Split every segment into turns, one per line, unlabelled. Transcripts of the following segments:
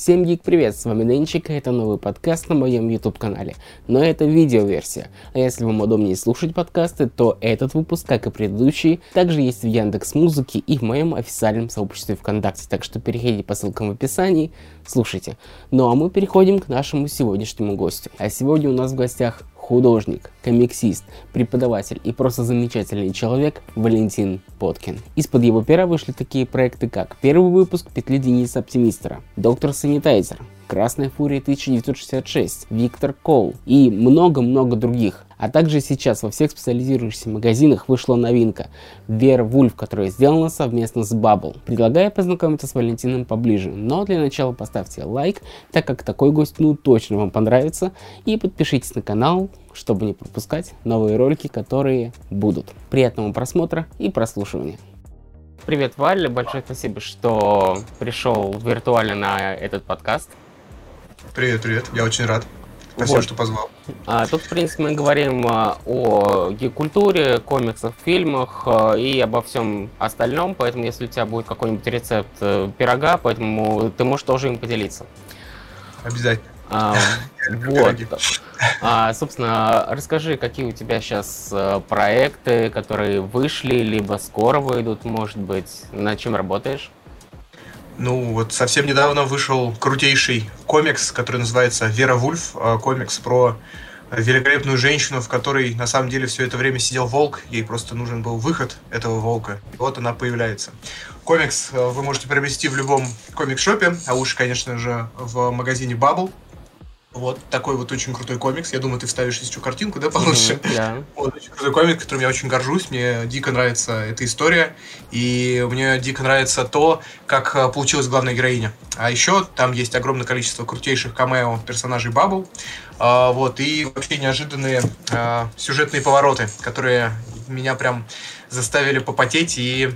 Всем гик привет, с вами Денчик, и это новый подкаст на моем YouTube канале, но это видеоверсия, а если вам удобнее слушать подкасты, то этот выпуск, как и предыдущий, также есть в Яндекс.Музыке и в моем официальном сообществе ВКонтакте, так что переходите по ссылкам в описании, слушайте. Ну а мы переходим к нашему сегодняшнему гостю, а сегодня у нас в гостях художник, комиксист, преподаватель и просто замечательный человек Валентин Поткин. Из-под его пера вышли такие проекты, как первый выпуск «Петли Дениса Оптимистера», «Доктор Санитайзер», «Красная фурия 1966», «Виктор Коул» и много-много других. А также сейчас во всех специализирующихся магазинах вышла новинка «Вервульф», которая сделана совместно с Bubble. Предлагаю познакомиться с Валентином поближе, но для начала поставьте лайк, так как такой гость точно вам понравится, и подпишитесь на канал, чтобы не пропускать новые ролики, которые будут. Приятного просмотра и прослушивания. Привет, Валя, большое спасибо, что пришел виртуально на этот подкаст.
Привет, я очень рад. Спасибо, что позвал.
Тут, в принципе, мы говорим о гик-культуре, комиксах, фильмах и обо всем остальном, поэтому если у тебя будет какой-нибудь рецепт пирога, поэтому ты можешь тоже им поделиться.
Обязательно.
Собственно, расскажи, какие у тебя сейчас проекты, которые вышли, либо скоро выйдут, может быть, над чем работаешь?
Ну, вот совсем недавно вышел крутейший комикс, который называется «Вервульф», комикс про великолепную женщину, в которой на самом деле все это время сидел волк, ей просто нужен был выход этого волка, и вот она появляется. Комикс вы можете приобрести в любом комикс-шопе, а лучше, конечно же, в магазине Bubble. Вот такой вот очень крутой комикс. Я думаю, ты вставишь еще картинку, да, получше? Вот, очень крутой комикс, которым я очень горжусь. Мне дико нравится эта история. И мне дико нравится то, как получилась главная героиня. А еще там есть огромное количество крутейших камео персонажей Bubble. Вот, и вообще неожиданные сюжетные повороты, которые меня прям заставили попотеть и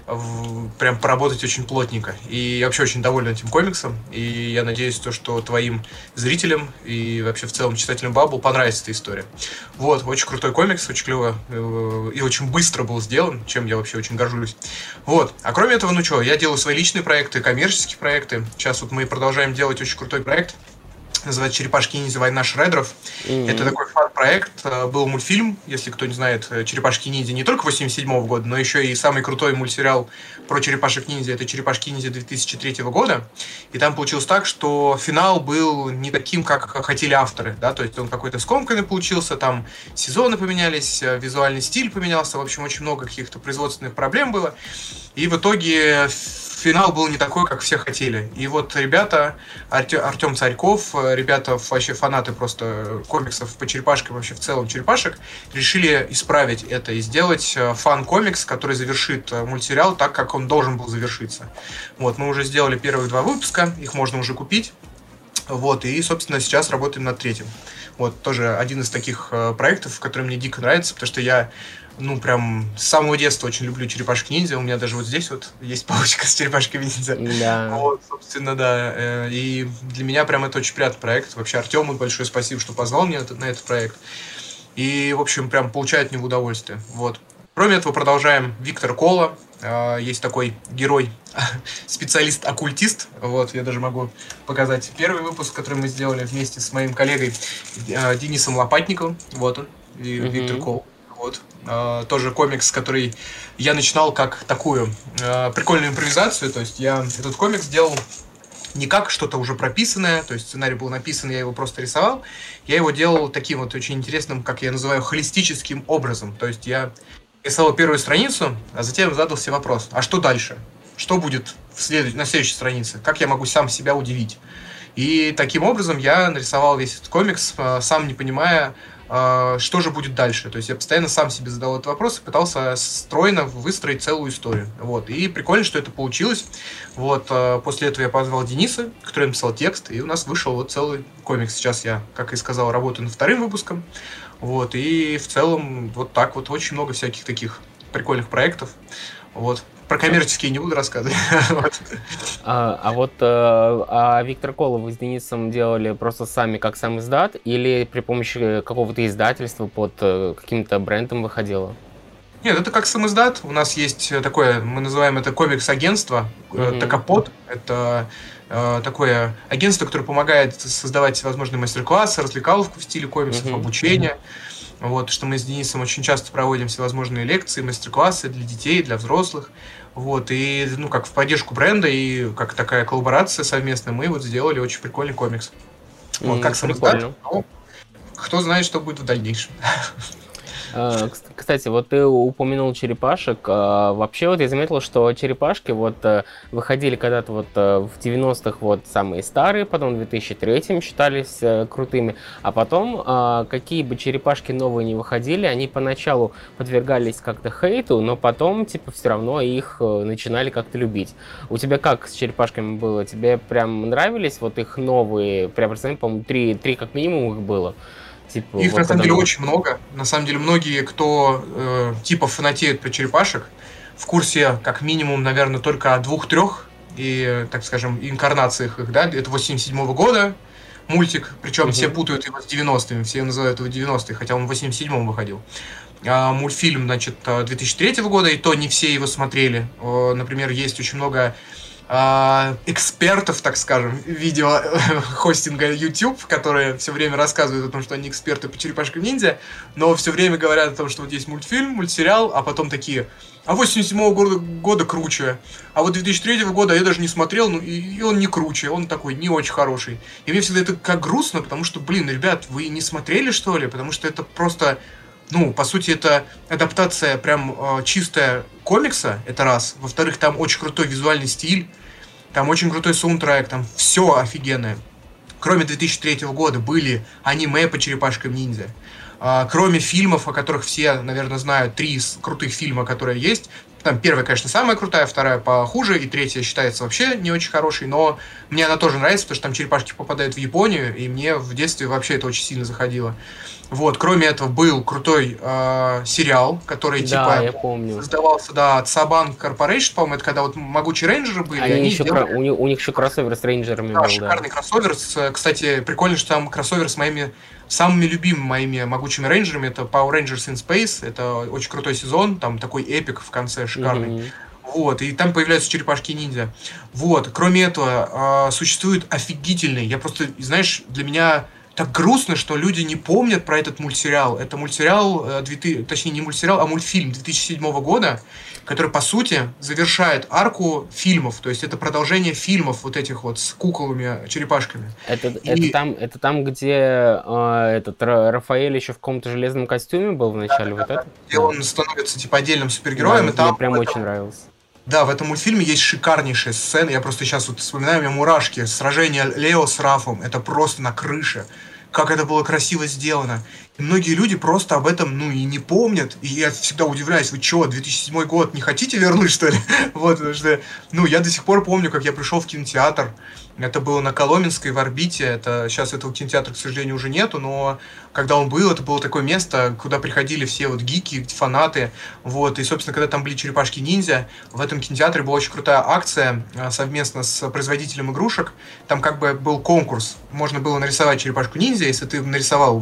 прям поработать очень плотненько. И я вообще очень доволен этим комиксом. И я надеюсь, что твоим зрителям и вообще в целом читателям Bubble понравится эта история. Вот, очень крутой комикс, очень клево и очень быстро был сделан, чем я вообще очень горжусь. Вот, а кроме этого, ну что, я делаю свои личные проекты, коммерческие проекты. Сейчас вот мы продолжаем делать очень крутой проект. Называется «Черепашки-ниндзя. Война шреддеров». Это такой фан-проект. Был мультфильм, если кто не знает, «Черепашки-ниндзя» не только 87-го года, но еще и самый крутой мультсериал про черепашек-ниндзя. Это «Черепашки-ниндзя» 2003 года. И там получилось так, что финал был не таким, как хотели авторы. Да? То есть он какой-то скомканный получился, там сезоны поменялись, визуальный стиль поменялся. В общем, очень много каких-то производственных проблем было. И в итоге финал был не такой, как все хотели. И вот ребята, Артем Царьков, ребята вообще фанаты просто комиксов по черепашкам, вообще в целом черепашек, решили исправить это и сделать фан-комикс, который завершит мультсериал так, как он должен был завершиться. Вот, мы уже сделали первые 2 выпуска, их можно уже купить. Вот, и, собственно, сейчас работаем над 3-м. Вот, тоже один из таких проектов, который мне дико нравится, потому что я прям с самого детства очень люблю черепашек-ниндзя. У меня даже вот здесь вот есть палочка с черепашками-ниндзя.
Да.
Вот, собственно, да. И для меня прям это очень приятный проект. Вообще Артему большое спасибо, что позвал меня на этот проект. И, в общем, прям получаю от него удовольствие. Вот. Кроме этого, продолжаем Виктор Кола. Есть такой герой, специалист-оккультист. Вот, я даже могу показать первый выпуск, который мы сделали вместе с моим коллегой Денисом Лопатниковым. Вот он, Виктор Кол. Вот. Тоже комикс, который я начинал как такую прикольную импровизацию. То есть я этот комикс делал не как что-то уже прописанное, то есть сценарий был написан, я его просто рисовал. Я его делал таким вот очень интересным, как я называю, холистическим образом. То есть я рисовал первую страницу, а затем задал себе вопрос, а что дальше? Что будет на следующей странице? Как я могу сам себя удивить? И таким образом я нарисовал весь этот комикс, сам не понимая, что же будет дальше. То есть я постоянно сам себе задал этот вопрос и пытался стройно выстроить целую историю. Вот. И прикольно, что это получилось. Вот. После этого я позвал Дениса, который написал текст, и у нас вышел вот целый комикс. Сейчас я, как и сказал, работаю над 2-м выпуском. Вот. И в целом вот так вот очень много всяких таких прикольных проектов. Вот. Про коммерческие не буду рассказывать.
А Виктор Кола вы с Денисом делали просто сами, как сам издат, или при помощи какого-то издательства под каким-то брендом выходило?
Нет, это как самиздат. У нас есть такое, мы называем это комикс-агентство, Токопод. Это такое агентство, которое помогает создавать всевозможные мастер-классы, развлекаловку в стиле комиксов, обучение. Вот, что мы с Денисом очень часто проводим всевозможные лекции, мастер-классы для детей, для взрослых. Вот, и, ну, как в поддержку бренда и как такая коллаборация совместная, мы вот сделали очень прикольный комикс. Вот, как самиздат. Ну, кто знает, что будет в дальнейшем.
Кстати, вот ты упомянул черепашек. Вообще вот я заметил, что черепашки вот выходили когда-то вот в 90-х вот самые старые, потом в 2003-м считались крутыми, а потом какие бы черепашки новые не выходили, они поначалу подвергались как-то хейту, но потом типа все равно их начинали как-то любить. У тебя как с черепашками было? Тебе прям нравились вот их новые преобразования? По-моему, три как минимум их было.
Типа, их вот на самом деле очень много. На самом деле многие, кто типа фанатеют по черепашек, в курсе как минимум, наверное, только о 2-3 и, так скажем, инкарнациях их, да, это 87-го года мультик, причем все путают его с 90-ми, все называют его 90-е, хотя он в 87-м выходил. Мультфильм, значит, 2003 года, и то не все его смотрели. Например, есть очень много экспертов, так скажем, видео-хостинга YouTube, которые все время рассказывают о том, что они эксперты по черепашкам ниндзя, но все время говорят о том, что вот есть мультфильм, мультсериал, а потом такие, а 87-го года круче, а вот 2003 года я даже не смотрел, ну и он не круче, он такой не очень хороший. И мне всегда это как грустно, потому что, блин, ребят, вы не смотрели, что ли? Потому что это просто... Ну, по сути, это адаптация прям чистая комикса, это раз. Во-вторых, там очень крутой визуальный стиль, там очень крутой саундтрек, там все офигенное. Кроме 2003 года были аниме по черепашкам ниндзя. Кроме фильмов, о которых все, наверное, знают, 3 крутых фильма, которые есть. Там первая, конечно, самая крутая, вторая похуже, и третья считается вообще не очень хорошей, но мне она тоже нравится, потому что там черепашки попадают в Японию, и мне в детстве вообще это очень сильно заходило. Вот, кроме этого, был крутой сериал, который,
да, я помню.
Создавался, да, от Saban Corporation, по-моему, это когда вот могучие рейнджеры были.
Они еще у них еще кроссовер с рейнджерами был,
шикарный кроссовер. Кстати, прикольно, что там кроссовер с моими самыми любимыми моими могучими рейнджерами. Это Power Rangers in Space. Это очень крутой сезон, там такой эпик в конце шикарный. Вот, и там появляются черепашки-ниндзя. Вот, кроме этого, существует офигительный, я просто, знаешь, для меня... Так грустно, что люди не помнят про этот мультсериал. Это мультсериал, точнее не мультсериал, а мультфильм 2007 года, который, по сути, завершает арку фильмов. То есть это продолжение фильмов вот этих вот с куклами-черепашками.
Это там, где Рафаэль еще в каком-то железном костюме был в начале, вот это?
Где он становится типа отдельным супергероем.
Да, и там мне прям очень нравилось.
Да, в этом мультфильме есть шикарнейшая сцена. Я просто сейчас вот вспоминаю, у меня мурашки. Сражение Лео с Рафом. Это просто на крыше. Как это было красиво сделано. И многие люди просто об этом, ну, и не помнят. И я всегда удивляюсь, вы что, 2007 год не хотите вернуть, что ли? Вот, потому что, ну, я до сих пор помню, как я пришел в кинотеатр. Это было на Коломенской, в Орбите. Сейчас этого кинотеатра, к сожалению, уже нету, но когда он был, это было такое место, куда приходили все вот гики, фанаты. Вот, и, собственно, когда там были черепашки-ниндзя, в этом кинотеатре была очень крутая акция совместно с производителем игрушек. Там как бы был конкурс. Можно было нарисовать черепашку-ниндзя, если ты нарисовал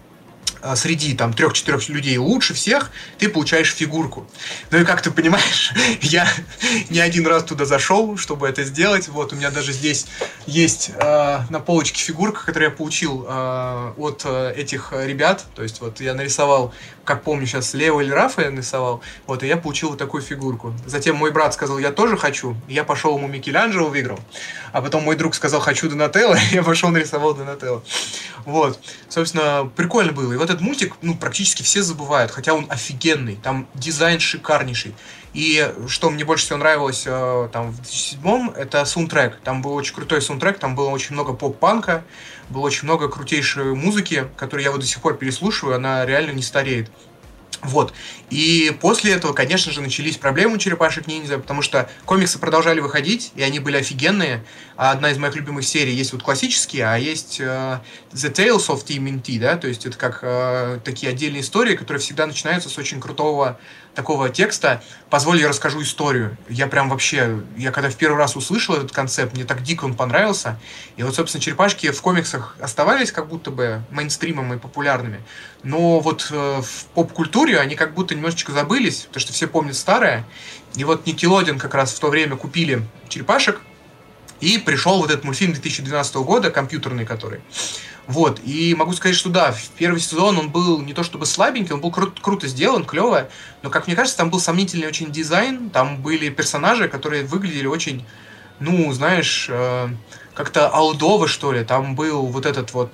среди там 3-4 людей лучше всех, ты получаешь фигурку. Ну и как ты понимаешь, я не один раз туда зашел, чтобы это сделать. Вот у меня даже здесь есть на полочке фигурка, которую я получил от этих ребят. То есть вот я нарисовал, как помню сейчас, Лео или Рафа я нарисовал, вот, и я получил вот такую фигурку. Затем мой брат сказал, я тоже хочу. Я пошел ему Микеланджело выиграл. А потом мой друг сказал, хочу Донателло, я пошел нарисовал Донателло. Вот, собственно, прикольно было. И вот этот мультик, ну, практически все забывают, хотя он офигенный, там дизайн шикарнейший. И что мне больше всего нравилось там в 2007-м, это саундтрек. Там был очень крутой саундтрек, там было очень много поп-панка, было очень много крутейшей музыки, которую я вот до сих пор переслушиваю, она реально не стареет. Вот. И после этого, конечно же, начались проблемы у черепашек-ниндзя, потому что комиксы продолжали выходить, и они были офигенные. Одна из моих любимых серий есть вот классические, а есть The Tales of TMNT, да, то есть это как такие отдельные истории, которые всегда начинаются с очень крутого такого текста. Позволь, я расскажу историю. Я прям вообще, я когда в первый раз услышал этот концепт, мне так дико он понравился. И вот, собственно, черепашки в комиксах оставались как будто бы мейнстримом и популярными. Но вот в поп-культуре бурю, они как будто немножечко забылись, потому что все помнят старое. И вот Nickelodeon как раз в то время купили черепашек, и пришел вот этот мультфильм 2012 года, компьютерный который. Вот, и могу сказать, что да, в первый сезон он был не то чтобы слабенький, он был круто сделан, клево, но, как мне кажется, там был сомнительный очень дизайн, там были персонажи, которые выглядели очень, ну, знаешь, как-то олдово, что ли, там был вот этот вот,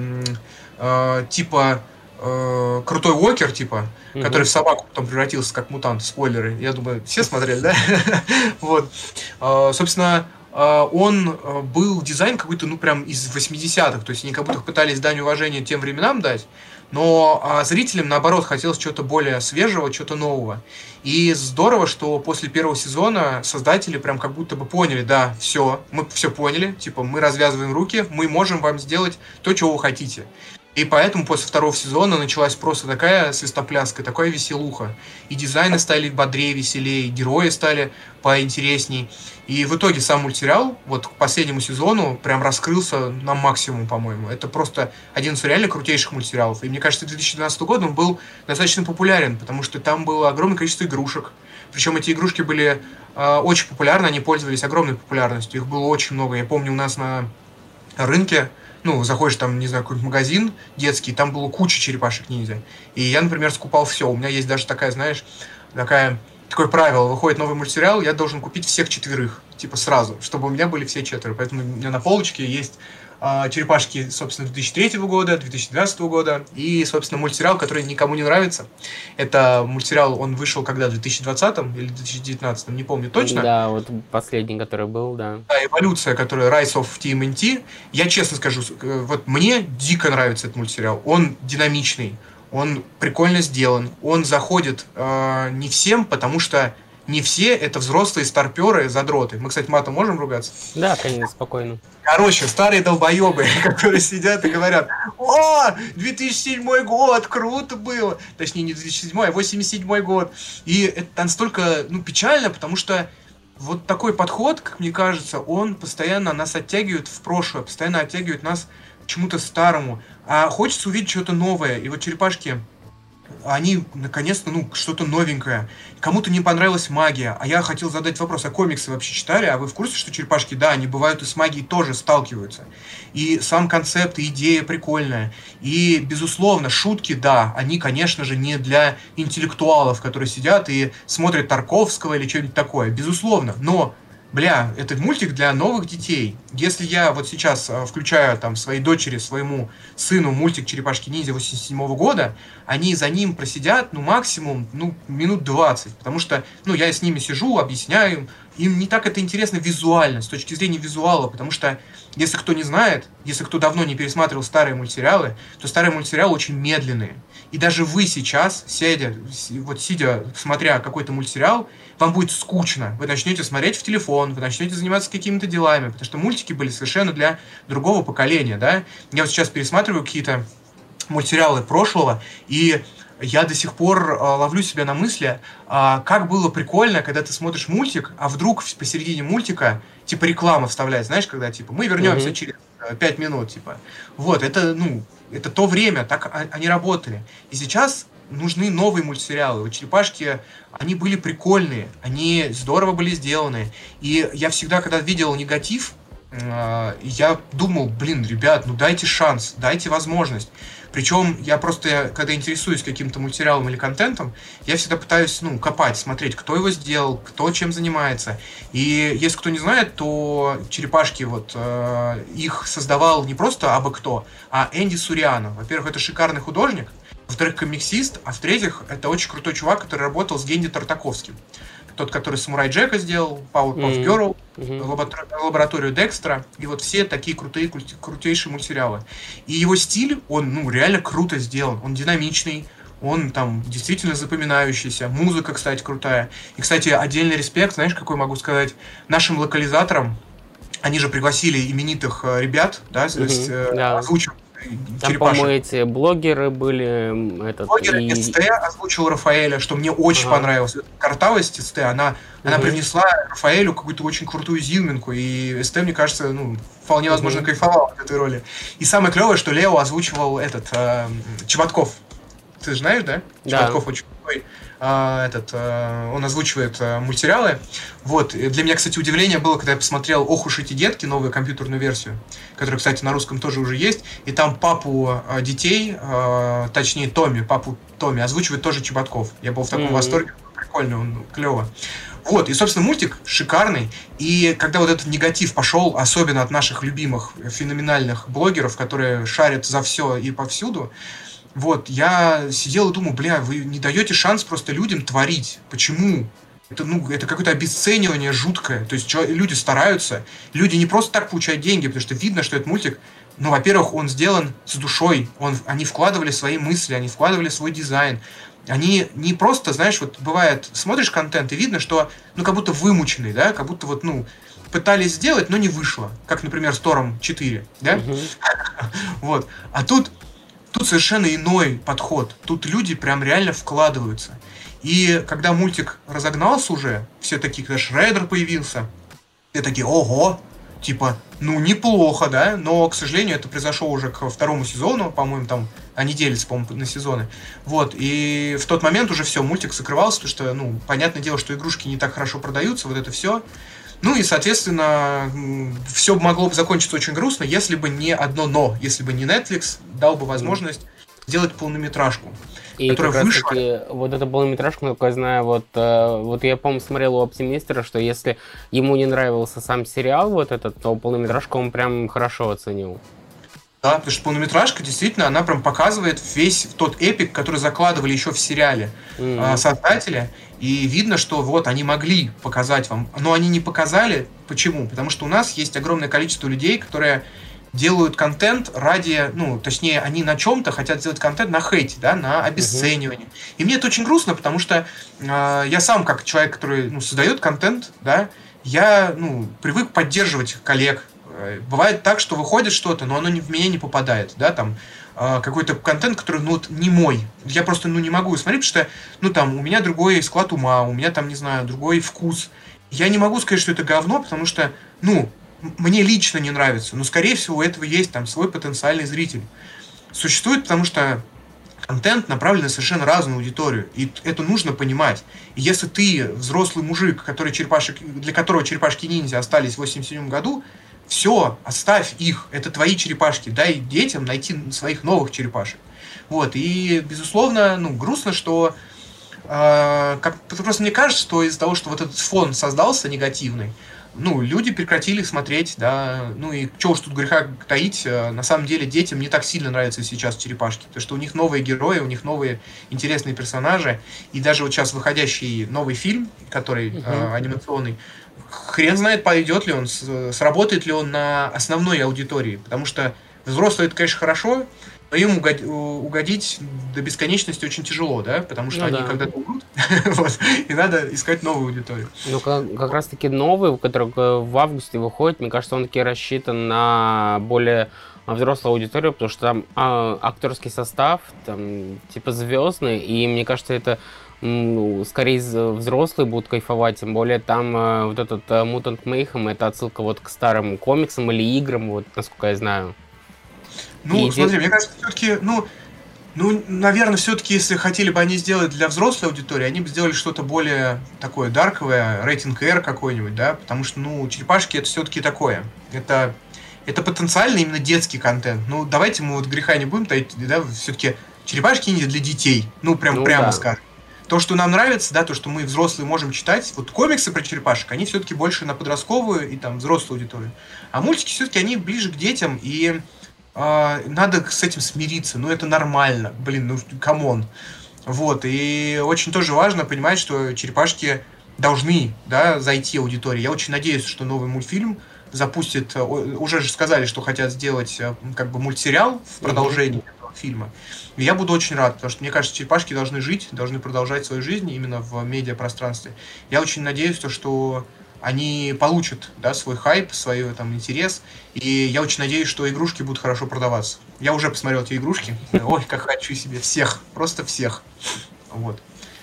типа, крутой Уокер, типа, который в собаку потом превратился как мутант, спойлеры, я думаю, все смотрели, да? Вот, собственно, он был дизайн какой-то, ну, прям из 80-х, то есть они как будто пытались дань уважения тем временам дать, но зрителям, наоборот, хотелось чего-то более свежего, чего-то нового. И здорово, что после первого сезона создатели прям как будто бы поняли, да, все, мы все поняли, типа, мы развязываем руки, мы можем вам сделать то, чего вы хотите. И поэтому после второго сезона началась просто такая свистопляска, такая веселуха. И дизайны стали бодрее, веселее, и герои стали поинтересней. И в итоге сам мультсериал вот к последнему сезону прям раскрылся на максимум, по-моему. Это просто один из реально крутейших мультсериалов. И мне кажется, 2012 год он был достаточно популярен, потому что там было огромное количество игрушек. Причем эти игрушки были очень популярны, они пользовались огромной популярностью. Их было очень много. Я помню, у нас на рынке, ну, заходишь там, не знаю, какой-нибудь магазин детский, там было куча черепашек-ниндзя. И я, например, скупал все. У меня есть даже такая, знаешь, такое правило. Выходит новый мультсериал, я должен купить всех 4, типа сразу, чтобы у меня были все 4. Поэтому у меня на полочке есть черепашки, собственно, 2003 года, 2012 года и, собственно, мультсериал, который никому не нравится. Это мультсериал, он вышел когда, в 2020 или 2019, не помню точно.
Да, вот последний, который был, да.
Да, эволюция, которая Rise of TMNT. Я честно скажу, вот мне дико нравится этот мультсериал. Он динамичный, он прикольно сделан, он заходит не всем, потому что не все это взрослые старперы, задроты. Мы, кстати, матом можем ругаться?
Да, конечно, спокойно.
Короче, старые долбоебы, которые сидят и говорят: «О, 2007 год, круто было!» Точнее, не 2007, а 87 год. И это настолько, ну, печально, потому что вот такой подход, как мне кажется, он постоянно нас оттягивает в прошлое, постоянно оттягивает нас к чему-то старому. А хочется увидеть что-то новое. И вот черепашки, они, наконец-то, ну, что-то новенькое. Кому-то не понравилась магия. А я хотел задать вопрос, а комиксы вообще читали? А вы в курсе, что черепашки, да, они бывают и с магией тоже сталкиваются. И сам концепт, и идея прикольная. И, безусловно, шутки, да, они, конечно же, не для интеллектуалов, которые сидят и смотрят Тарковского или что-нибудь такое. Безусловно. Но бля, это мультик для новых детей. Если я вот сейчас включаю там своей дочери, своему сыну мультик «Черепашки-ниндзя» 87 года, они за ним просидят, ну, максимум, ну, минут 20, потому что, ну, я с ними сижу, объясняю, им не так это интересно визуально, с точки зрения визуала, потому что, если кто не знает, если кто давно не пересматривал старые мультсериалы, то старые мультсериалы очень медленные. И даже вы сейчас, сидя, смотря какой-то мультсериал, вам будет скучно. Вы начнете смотреть в телефон, вы начнете заниматься какими-то делами, потому что мультики были совершенно для другого поколения, да. Я вот сейчас пересматриваю какие-то мультсериалы прошлого, и я до сих пор ловлю себя на мысли, как было прикольно, когда ты смотришь мультик, а вдруг посередине мультика, типа, реклама вставляет, знаешь, когда, типа, мы вернемся через 5 минут, типа. Вот, это, ну, это то время, так они работали. И сейчас нужны новые мультсериалы. Вот «Черепашки», они были прикольные, они здорово были сделаны. И я всегда, когда видел негатив, я думал, блин, ребят, ну дайте шанс, дайте возможность. Причем я просто, когда интересуюсь каким-то мультсериалом или контентом, я всегда пытаюсь, ну, копать, смотреть, кто его сделал, кто чем занимается. И если кто не знает, то «Черепашки», вот, их создавал не просто абы кто, а Энди Суриано. Во-первых, это шикарный художник, во-вторых, комиксист, а в-третьих, это очень крутой чувак, который работал с Генди Тартаковским. Тот, который «Самурай Джека» сделал, Powerpuff Girl, лабораторию Декстера, и вот все такие крутейшие мультсериалы. И его стиль, он, ну, реально круто сделан, он динамичный, он там действительно запоминающийся, музыка, кстати, крутая. И, кстати, отдельный респект, знаешь, какой могу сказать, нашим локализаторам. Они же пригласили именитых ребят, да, озвучивать.
Там, по-моему, эти блогеры были.
Блогеры СТ озвучил Рафаэля, что мне очень понравилось. Картавость СТ, она привнесла Рафаэлю какую-то очень крутую изюминку, и СТ, мне кажется, ну, вполне возможно, кайфовал от этой роли. И самое клевое, что Лео озвучивал Чеботков. Ты знаешь, да?
Да.
Чеботков очень крутой. Он озвучивает мультсериалы. Вот. И для меня, кстати, удивление было, когда я посмотрел «Ох уж эти детки», новую компьютерную версию, которая, кстати, на русском тоже уже есть. И там папу детей, точнее папу Томми, озвучивает тоже Чеботков. Я был в таком восторге. Прикольно, он клево. Вот, и, собственно, мультик шикарный. И когда вот этот негатив пошел, особенно от наших любимых феноменальных блогеров, которые шарят за все и повсюду, вот, я сидел и думал, бля, вы не даете шанс просто людям творить. Почему? Это какое-то обесценивание жуткое. То есть люди стараются, люди не просто так получают деньги, потому что видно, что этот мультик, ну, во-первых, он сделан с душой, они вкладывали свои мысли, они вкладывали свой дизайн. Они не просто, знаешь, вот бывает, смотришь контент и видно, что, ну, как будто вымученный, да, как будто вот, ну, пытались сделать, но не вышло. Как, например, с Тором 4, да? Вот. А тут совершенно иной подход. Тут люди прям реально вкладываются. И когда мультик разогнался уже, все такие, когда Шреддер появился, все такие, ого, типа, ну, неплохо, да? Но, к сожалению, это произошло уже к второму сезону, по-моему, там они делятся, по-моему, на сезоны. Вот, и в тот момент уже все, мультик закрывался, потому что, ну, понятное дело, что игрушки не так хорошо продаются, вот это все. Ну и, соответственно, все могло бы закончиться очень грустно, если бы не одно «но», если бы не Netflix дал бы возможность сделать полнометражку.
И как раз таки вот эта полнометражка, насколько я знаю, вот я, по-моему, смотрел у Оптимистера, что если ему не нравился сам сериал вот этот, то полнометражку он прям хорошо оценил.
Да, потому что полнометражка, действительно, она прям показывает весь тот эпик, который закладывали еще в сериале создатели. И видно, что вот они могли показать вам, но они не показали. Почему? Потому что у нас есть огромное количество людей, которые делают контент ради, ну, точнее, они на чем-то хотят сделать контент на хейте, да, на обесценивании. И мне это очень грустно, потому что я сам, как человек, который, ну, создает контент, да, я, ну, привык поддерживать коллег. Бывает так, что выходит что-то, но оно в меня не попадает, да, там, какой-то контент, который, ну, вот, не мой. Я просто, ну, не могу смотреть, потому что, ну, там, у меня другой склад ума, у меня там, не знаю, другой вкус. Я не могу сказать, что это говно, потому что, ну, мне лично не нравится, но, скорее всего, у этого есть там свой потенциальный зритель. Существует, потому что контент направлен на совершенно разную аудиторию, и это нужно понимать. И если ты взрослый мужик, для которого черепашки-ниндзя остались в 1987 году, все, оставь их, это твои черепашки, дай детям найти своих новых черепашек. Вот, и, безусловно, ну, грустно, что просто мне кажется, что из-за того, что вот этот фон создался негативный, ну, люди прекратили смотреть, да, ну и чего уж тут греха таить, на самом деле детям не так сильно нравятся сейчас черепашки, потому что у них новые герои, у них новые интересные персонажи, и даже вот сейчас выходящий новый фильм, который анимационный, хрен знает, пойдет ли он, сработает ли он на основной аудитории, потому что взрослые это, конечно, хорошо, но им угодить до бесконечности очень тяжело, да, потому что они когда-то умрут, вот, и надо искать новую аудиторию.
Ну, как раз-таки новый, который в августе выходит, мне кажется, он таки рассчитан на более взрослую аудиторию, потому что там актерский состав, там, типа, звездный, и мне кажется, это скорее взрослые будут кайфовать, тем более там вот этот Mutant Mayhem, это отсылка вот к старым комиксам или играм, вот, насколько я знаю.
Ну, смотри, мне кажется, все-таки, ну, наверное, все-таки, если хотели бы они сделать для взрослой аудитории, они бы сделали что-то более такое дарковое, рейтинг R какой-нибудь, да, потому что, ну, черепашки это все-таки такое. Это потенциально именно детский контент. Ну, давайте мы вот греха не будем таить, да, все-таки черепашки не для детей, ну, прямо скажем. То, что нам нравится, да, то, что мы взрослые можем читать, вот комиксы про черепашек, они все-таки больше на подростковую и там взрослую аудиторию. А мультики все-таки они ближе к детям, и надо с этим смириться, ну это нормально, блин, ну камон. Вот, и очень тоже важно понимать, что черепашки должны, да, зайти аудитории. Я очень надеюсь, что новый мультфильм запустит, уже же сказали, что хотят сделать как бы мультсериал в продолжении этого фильма. И я буду очень рад, потому что мне кажется, черепашки должны жить, должны продолжать свою жизнь именно в медиапространстве. Я очень надеюсь, что они получат, да, свой хайп, свой там интерес, и я очень надеюсь, что игрушки будут хорошо продаваться. Я уже посмотрел эти игрушки, ой, как хочу себе всех, просто всех, вот.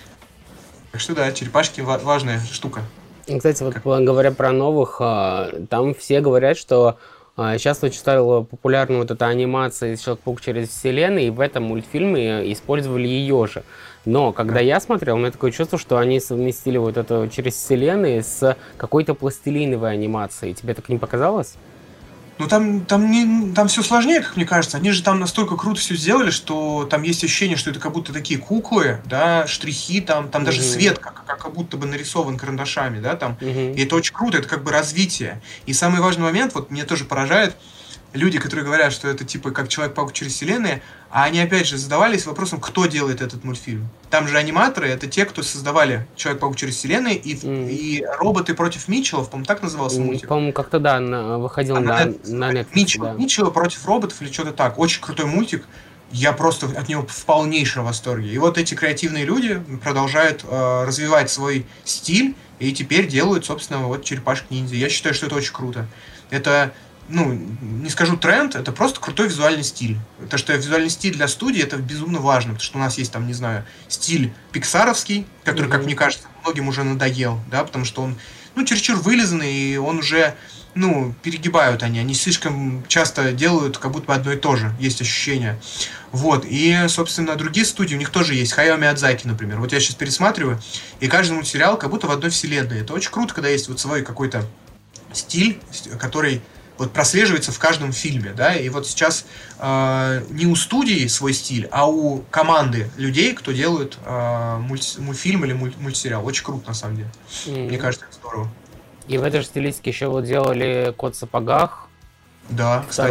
Так что да, черепашки важная штука.
Кстати, вот говоря про новых, там все говорят, что Сейчас очень стала популярна вот эта анимация «Человек-паук через вселенную», и в этом мультфильме использовали ее же. Но когда я смотрел, у меня такое чувство, что они совместили вот это через вселенную с какой-то пластилиновой анимацией. Тебе так не показалось?
Ну там все сложнее, как мне кажется. Они же там настолько круто все сделали, что там есть ощущение, что это как будто такие куклы, да, штрихи, там даже свет как будто бы нарисован карандашами, да, там. И это очень круто, это как бы развитие. И самый важный момент, вот меня тоже поражает, люди, которые говорят, что это типа как Человек-паук через вселенные, а они опять же задавались вопросом, кто делает этот мультфильм. Там же аниматоры, это те, кто создавали Человек-паук через вселенные и роботы против Митчеллов, по-моему, так назывался мультик.
По-моему, как-то да, выходил на Netflix. Да.
Митчеллы против роботов или что-то так. Очень крутой мультик. Я просто от него в полнейшем восторге. И вот эти креативные люди продолжают развивать свой стиль и теперь делают, собственно, вот черепашек-ниндзя. Я считаю, что это очень круто. Это, не скажу тренд, это просто крутой визуальный стиль. То, что визуальный стиль для студии, это безумно важно, потому что у нас есть там, не знаю, стиль пиксаровский, который, как мне кажется, многим уже надоел, да, потому что он, чересчур вылизанный, и он уже, перегибают они слишком часто делают как будто бы одно и то же, есть ощущение. Вот, и, собственно, другие студии, у них тоже есть, Хаяо Миядзаки, например. Вот я сейчас пересматриваю, и каждый мультсериал как будто в одной вселенной. Это очень круто, когда есть вот свой какой-то стиль, который вот прослеживается в каждом фильме, да, и вот сейчас не у студии свой стиль, а у команды людей, кто делают мультфильм или мультсериал. Очень круто, на самом деле. Мне кажется, это здорово.
И в этой же стилистике еще вот делали «Кот в сапогах».
Да, кстати,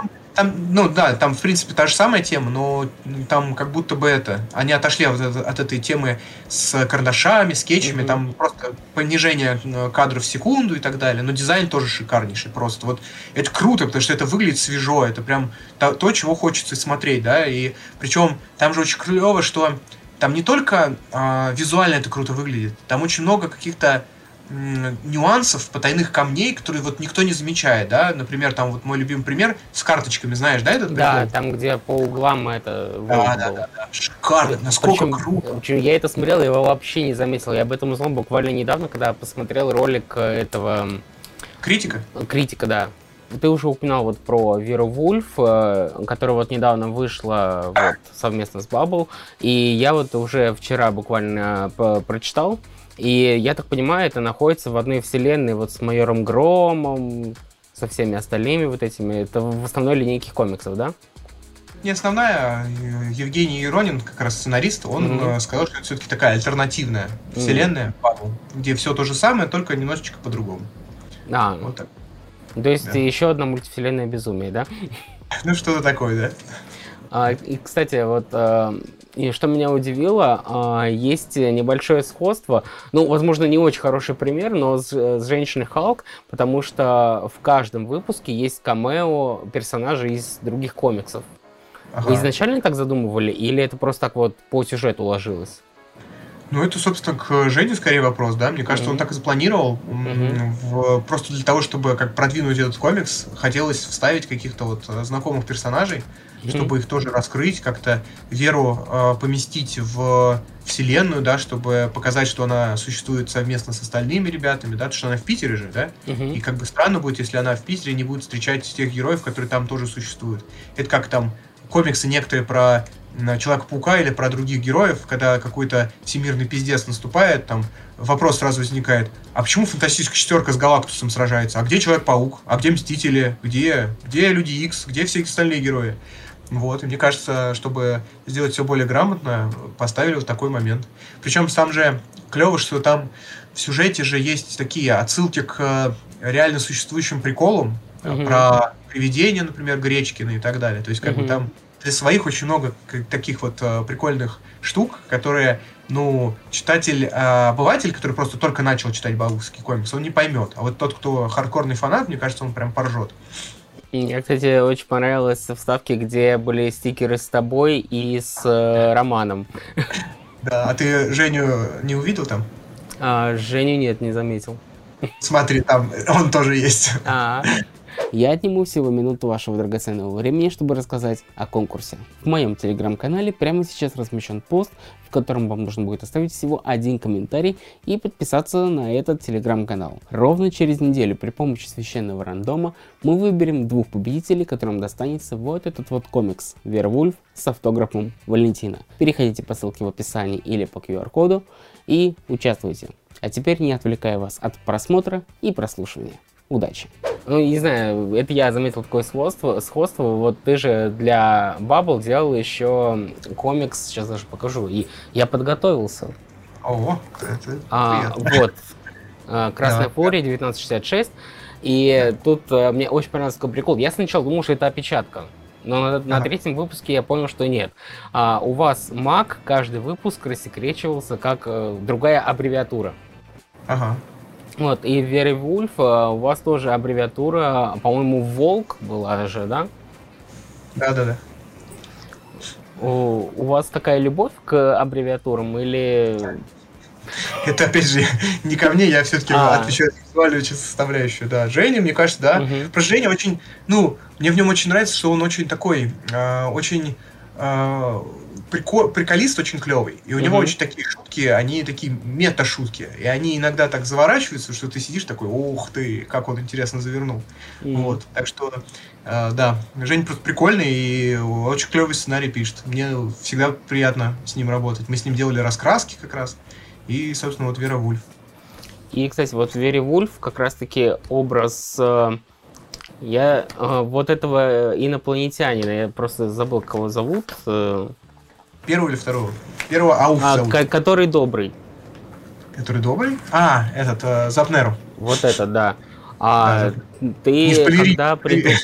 там, в принципе, та же самая тема, но там как будто бы они отошли от этой темы с карандашами, скетчами, там просто понижение кадров в секунду и так далее, но дизайн тоже шикарнейший просто. Вот это круто, потому что это выглядит свежо, это прям то, чего хочется смотреть, да, и причем там же очень клево, что там не только визуально это круто выглядит, там очень много каких-то нюансов, потайных камней, которые вот никто не замечает, да, например, там вот мой любимый пример с карточками, знаешь, да, этот прикол?
Да, там, где по углам это...
Да, шикарно, насколько круто.
Причем я это смотрел, я его вообще не заметил, я об этом узнал буквально недавно, когда посмотрел ролик этого... Критика, да. Ты уже упоминал вот про Веру Вульф, которая вот недавно вышла вот, совместно с Bubble, и я вот уже вчера буквально прочитал. И я так понимаю, это находится в одной вселенной вот с Майором Громом, со всеми остальными вот этими. Это в основной линейке комиксов, да?
Не основная. Евгений Еронин, как раз сценарист, он сказал, что это все-таки такая альтернативная вселенная, где все то же самое, только немножечко по-другому.
Вот так. То есть еще одна мультивселенная безумие, да?
Что-то такое, да.
И, кстати, вот... И что меня удивило, есть небольшое сходство, возможно, не очень хороший пример, но с «Женщиной Халк», потому что в каждом выпуске есть камео персонажей из других комиксов. Вы изначально так задумывали, или это просто так вот по сюжету ложилось?
Это, собственно, к Жене скорее вопрос, да? Мне кажется, он так и запланировал. Просто для того, чтобы как продвинуть этот комикс, хотелось вставить каких-то вот знакомых персонажей, чтобы их тоже раскрыть, как-то Веру поместить в вселенную, да, чтобы показать, что она существует совместно с остальными ребятами, да, потому что она в Питере же, да? И как бы странно будет, если она в Питере не будет встречать тех героев, которые там тоже существуют. Это как там комиксы некоторые про Человека-паука или про других героев, когда какой-то всемирный пиздец наступает, там вопрос сразу возникает, а почему фантастическая четверка с Галактусом сражается? А где Человек-паук? А где Мстители? Где Люди Икс? Где все остальные герои? Вот, и мне кажется, чтобы сделать все более грамотно, поставили вот такой момент. Причем сам же клево, что там в сюжете же есть такие отсылки к реально существующим приколам, про привидения, например, Гречкина и так далее. То есть, как бы там для своих очень много таких вот прикольных штук, которые, обыватель, который просто только начал читать бабушкин комикс, он не поймет. А вот тот, кто хардкорный фанат, мне кажется, он прям поржет.
Мне, кстати, очень понравилось вставки, где были стикеры с тобой и с Романом.
Да, а ты Женю не увидел там?
Женю нет, не заметил.
Смотри, там он тоже есть.
Я отниму всего минуту вашего драгоценного времени, чтобы рассказать о конкурсе. В моем телеграм-канале прямо сейчас размещен пост, в котором вам нужно будет оставить всего один комментарий и подписаться на этот телеграм-канал. Ровно через неделю при помощи священного рандома мы выберем 2 победителей, которым достанется вот этот вот комикс Вервульф с автографом Валентина. Переходите по ссылке в описании или по QR-коду и участвуйте. А теперь не отвлекая вас от просмотра и прослушивания. Удачи! Ну, не знаю, это я заметил такое сходство. Вот ты же для Bubble делал еще комикс, сейчас даже покажу, и я подготовился.
О, это приятно.
Вот, Красная Фурия 1966, и тут мне очень понравился такой прикол. Я сначала думал, что это опечатка, но на 3-м выпуске я понял, что нет. У вас Маг, каждый выпуск рассекречивался как другая аббревиатура.
Ага.
Вот, и в Вервульф у вас тоже аббревиатура, по-моему, Волк была же, да?
Да.
У вас такая любовь к аббревиатурам или...
Это, опять же, не ко мне, я все-таки отвечаю за визуальную составляющую, да. Женя, мне кажется, да. Про Женя очень, мне в нем очень нравится, что он очень такой, очень... приколист очень клевый, и у него очень такие шутки, они такие мета-шутки, и они иногда так заворачиваются, что ты сидишь такой, ух ты, как он интересно завернул. Вот, так что, да, Женя просто прикольный и очень клевый сценарий пишет. Мне всегда приятно с ним работать. Мы с ним делали раскраски как раз, и, собственно, вот Вервульф. И, кстати, вот в Вервульф как раз-таки образ... вот этого инопланетянина, я просто забыл, кого зовут. Первого или второго? Первого Ауф зовут. Который добрый. Который добрый? Этот, Запнеру. Вот это, да. Ты когда придумал...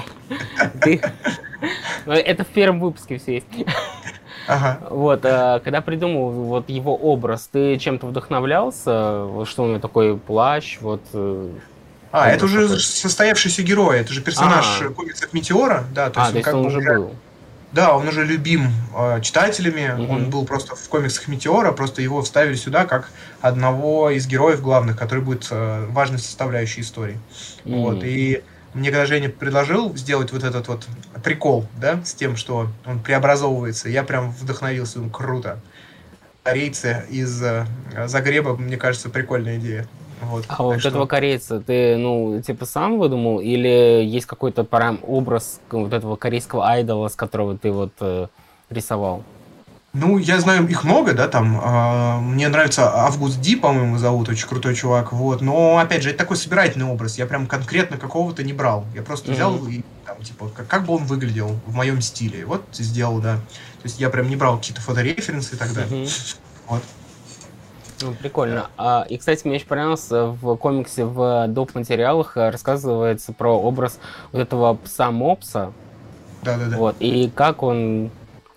Это в первом выпуске все есть. Ага. Вот, когда придумал вот его образ, ты чем-то вдохновлялся? Что у него такой плащ, вот... это уже такой состоявшийся герой, это же персонаж комиксов Метеора, да, то есть он уже был. Да, он уже любим читателями, он был просто в комиксах Метеора, просто его вставили сюда как одного из героев главных, который будет важной составляющей истории. Вот, и мне когда Женя предложил сделать вот этот вот прикол, да, с тем, что он преобразовывается, я прям вдохновился, думаю, круто. Корейцы из Загреба, мне кажется, прикольная идея. Вот, вот что... этого корейца ты, типа сам выдумал, или есть какой-то образ вот этого корейского айдола, с которого ты вот рисовал? Я знаю их много, да, там, мне нравится Август Ди, по-моему, зовут, очень крутой чувак, вот, но, опять же, это такой собирательный образ, я прям конкретно какого-то не брал, я просто взял и, там, типа, как бы он выглядел в моем стиле, вот, сделал, да, то есть я прям не брал какие-то фотореференсы и так далее, вот. Прикольно. И, кстати, мне очень понравилось, в комиксе в доп. Материалах рассказывается про образ вот этого пса-мопса. Да. Вот, и как он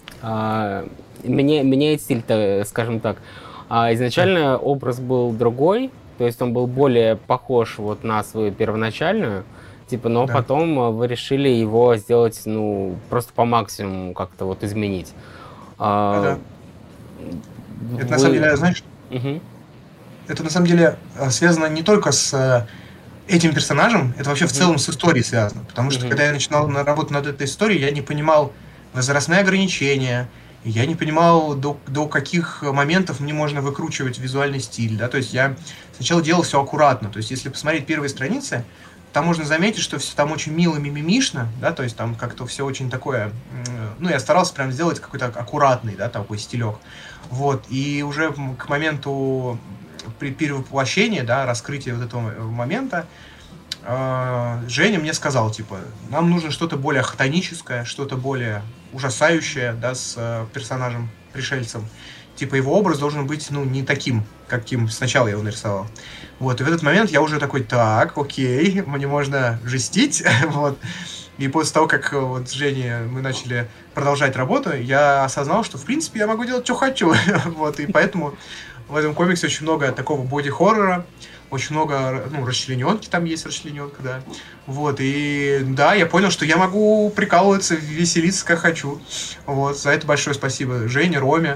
меняет стиль, скажем так. Изначально образ был другой, то есть он был более похож вот на свою первоначальную, типа, но потом вы решили его сделать, просто по максимуму как-то вот изменить. Это на самом деле, знаешь, это на самом деле связано не только с этим персонажем, это вообще в целом с историей связано. Потому что когда я начинал работать над этой историей, я не понимал возрастные ограничения, я не понимал, до каких моментов мне можно выкручивать визуальный стиль. Да? То есть я сначала делал все аккуратно. То есть если посмотреть первые страницы, там можно заметить, что все там очень мило мимимишно, да, то есть там как-то все очень такое, я старался прям сделать какой-то аккуратный, да, такой стилек. Вот, и уже к моменту перевоплощения, да, раскрытия вот этого момента, Женя мне сказал, типа, нам нужно что-то более хтоническое, что-то более ужасающее, да, с персонажем-пришельцем. Типа, его образ должен быть, не таким, каким сначала я его нарисовал. Вот, и в этот момент я уже такой, так, окей, мне можно жестить, вот. И после того, как вот с Женей мы начали продолжать работу, я осознал, что, в принципе, я могу делать, что хочу. Вот, и поэтому в этом комиксе очень много такого боди-хоррора, очень много, расчлененки, там есть расчлененка, да. Вот, и да, я понял, что я могу прикалываться, веселиться, как хочу. Вот, за это большое спасибо Жене, Роме.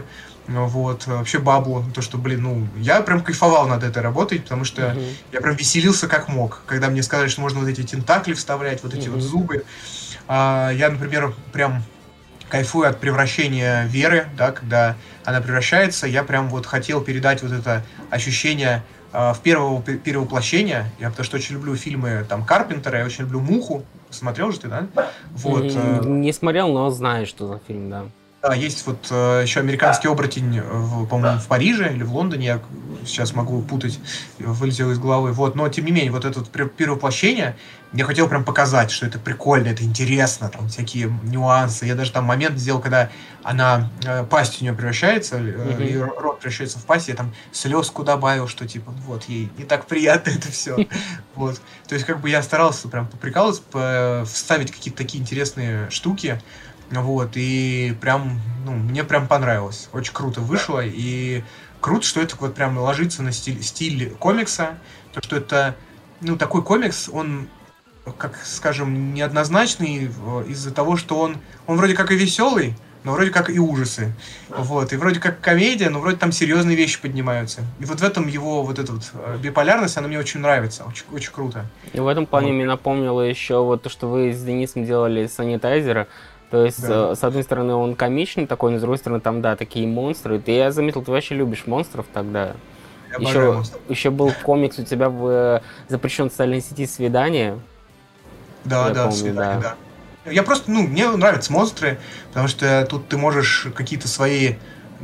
Ну вот, вообще баблу, то, что, блин, ну, я прям кайфовал над этой работой, потому что я прям веселился как мог, когда мне сказали, что можно вот эти тентакли вставлять, вот эти вот зубы. Я, например, прям кайфую от превращения Веры, да, когда она превращается, я прям вот хотел передать вот это ощущение в перевоплощения, я потому что очень люблю фильмы там Карпентера, я очень люблю «Муху», смотрел же ты, да? Вот.
Не смотрел, но знаю, что за фильм, да.
Да, есть вот еще «Американский оборотень», по-моему, в Париже или в Лондоне, я сейчас могу путать, вылетел из головы. Вот, но тем не менее, вот это вот перевоплощение, я хотел прям показать, что это прикольно, это интересно, там всякие нюансы. Я даже там момент сделал, когда она, пасть у нее превращается, ее рот превращается в пасть, я там слезку добавил, что типа, вот, ей не так приятно это все. Вот. То есть, как бы я старался прям поприкалываться, вставить какие-то такие интересные штуки. Вот, и прям, ну, мне прям понравилось. Очень круто вышло, и круто, что это вот прям ложится на стиль комикса, то, что это, ну, такой комикс, он, как, скажем, неоднозначный из-за того, что он вроде как и веселый, но вроде как и ужасы. Вот, и вроде как комедия, но вроде там серьезные вещи поднимаются. И вот в этом его вот эта вот биполярность, она мне очень нравится, очень, очень круто.
И в этом плане мне напомнило еще вот то, что вы с Денисом делали санитайзера. То есть, с одной стороны, он комичный такой, но с другой стороны, там, да, такие монстры. Я заметил, ты вообще любишь монстров тогда. Еще был комикс у тебя в запрещенной социальной сети «Свидание».
Да, помню, «Свидание», да. Я просто, ну, мне нравятся монстры, потому что тут ты можешь какие-то свои,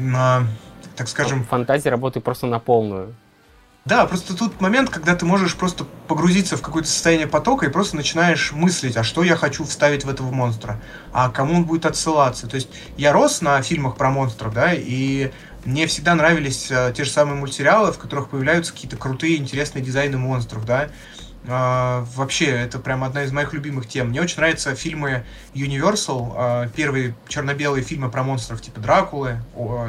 так скажем...
Фантазии работают просто на полную.
Да, просто тут момент, когда ты можешь просто погрузиться в какое-то состояние потока и просто начинаешь мыслить, а что я хочу вставить в этого монстра, а кому он будет отсылаться. То есть я рос на фильмах про монстров, да, и мне всегда нравились те же самые мультсериалы, в которых появляются какие-то крутые, интересные дизайны монстров, да. Вообще, это прям одна из моих любимых тем. Мне очень нравятся фильмы Universal, первые черно-белые фильмы про монстров, типа Дракулы,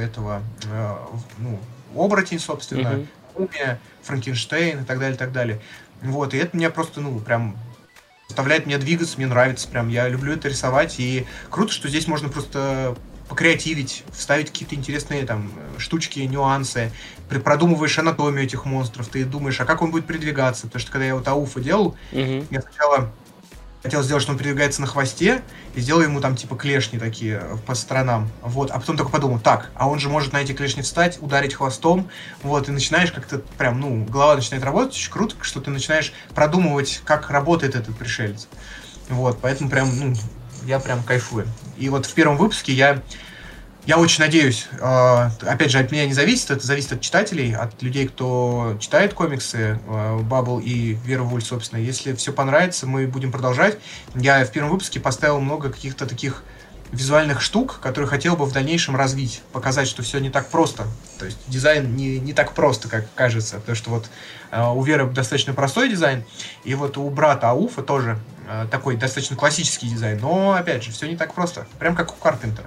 оборотень, собственно, Мумия, Франкенштейн и так далее, и так далее. Вот, и это меня просто, ну, прям заставляет меня двигаться, мне нравится прям, я люблю это рисовать, и круто, что здесь можно просто покреативить, вставить какие-то интересные там штучки, нюансы, продумываешь анатомию этих монстров, ты думаешь, а как он будет передвигаться, потому что когда я вот Ауфа делал, я сначала хотел сделать, что он передвигается на хвосте, и сделал ему там типа клешни такие по сторонам, вот, а потом только подумал, так, а он же может на эти клешни встать, ударить хвостом, вот, и начинаешь как-то прям, ну, голова начинает работать, очень круто, что ты начинаешь продумывать, как работает этот пришелец, вот, поэтому прям, ну, я прям кайфую. И вот в первом выпуске я очень надеюсь, опять же, от меня не зависит, это зависит от читателей, от людей, кто читает комиксы, Баббл и Вера Вульф, собственно. Если все понравится, мы будем продолжать. Я в первом выпуске поставил много каких-то таких визуальных штук, которые хотел бы в дальнейшем развить, показать, что все не так просто. То есть дизайн не так просто, как кажется, потому что вот у Веры достаточно простой дизайн, и вот у брата Ауфа тоже такой достаточно классический дизайн, но, опять же, все не так просто, прям как у Карпентера.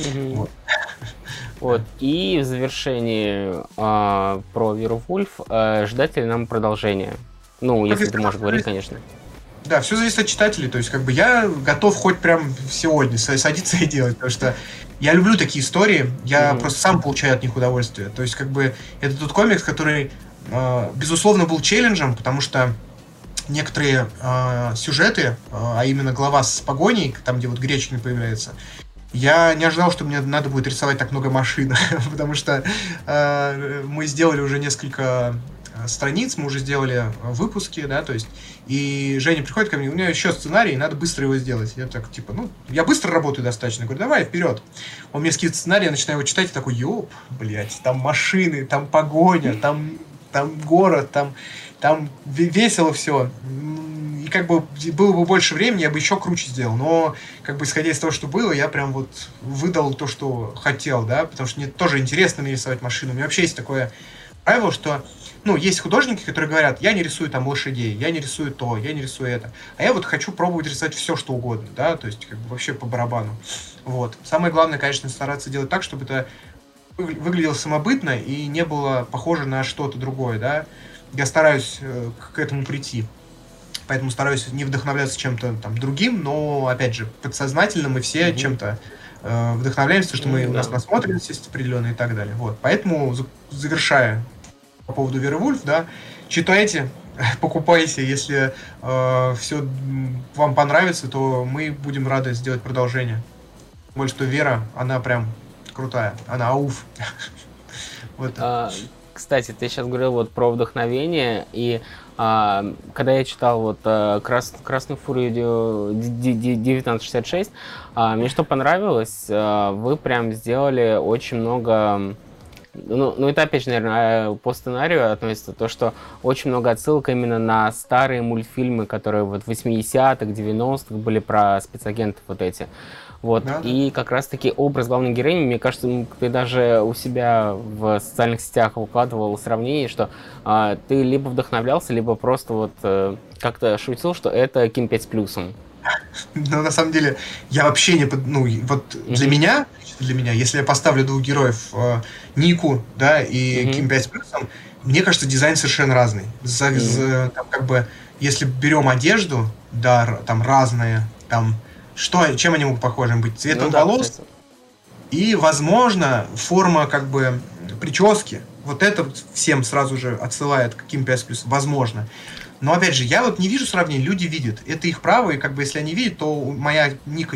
Вот. И в завершении про Веру Вульф ждать ли нам продолжения? Ну, если ты можешь говорить, конечно.
Да, все зависит от читателей, то есть как бы я готов хоть прям сегодня садиться и делать, потому что я люблю такие истории, я просто сам получаю от них удовольствие, то есть как бы это тот комикс, который, безусловно, был челленджем, потому что некоторые сюжеты, а именно глава с погоней, там, где вот Гречкин появляется, я не ожидал, что мне надо будет рисовать так много машин, потому что мы сделали уже несколько страниц, мы уже сделали выпуски, да, то есть, и Женя приходит ко мне, у меня еще сценарий, надо быстро его сделать. Я так, типа, ну, я быстро работаю достаточно, я говорю, давай, вперед. Он мне скидывает сценарий, я начинаю его читать, и такой, ёп, блядь, там машины, там погоня, там город, там весело все. И как бы было бы больше времени, я бы еще круче сделал. Но, как бы, исходя из того, что было, я прям вот выдал то, что хотел, да, потому что мне тоже интересно нарисовать машину. У меня вообще есть такое правило, что, ну, есть художники, которые говорят, я не рисую там лошадей, я не рисую то, я не рисую это. А я вот хочу пробовать рисовать все, что угодно, да, то есть, как бы, вообще по барабану. Вот. Самое главное, конечно, стараться делать так, чтобы это выглядело самобытно и не было похоже на что-то другое, да. Я стараюсь к этому прийти. Поэтому стараюсь не вдохновляться чем-то там другим, но, опять же, подсознательно мы все чем-то вдохновляемся, что у нас насмотренность есть определенная и так далее. Вот. Поэтому, завершая по поводу Веры Вульф, да, читайте, покупайте, если все вам понравится, то мы будем рады сделать продолжение. Тем более, что Вера, она прям крутая, она ауф. Вот.
Кстати, ты сейчас говорил вот про вдохновение, и когда я читал вот «Красную фурию» 1966, мне что понравилось, вы прям сделали очень много... Ну, это опять же, наверное, по сценарию относится то, что очень много отсылок именно на старые мультфильмы, которые вот в 80-х, 90-х были про спецагентов вот эти. Вот, да, и как раз-таки образ главной героини, мне кажется, ты даже у себя в социальных сетях выкладывал сравнение, что ты либо вдохновлялся, либо просто вот как-то шутил, что это Ким 5 с плюсом.
Ну, на самом деле, я вообще не... Ну, вот для меня, если я поставлю двух героев, Нику, да, и Ким 5 с плюсом, мне кажется, дизайн совершенно разный. Там, как бы, если берем одежду, да, там разные, там... Чем они могут похожи быть? Цветом волос, кстати. И, возможно, форма как бы прически. Вот это всем сразу же отсылает к Ким 5 плюс. Возможно. Но, опять же, я вот не вижу сравнений. Люди видят. Это их право, и как бы если они видят, то моя Ника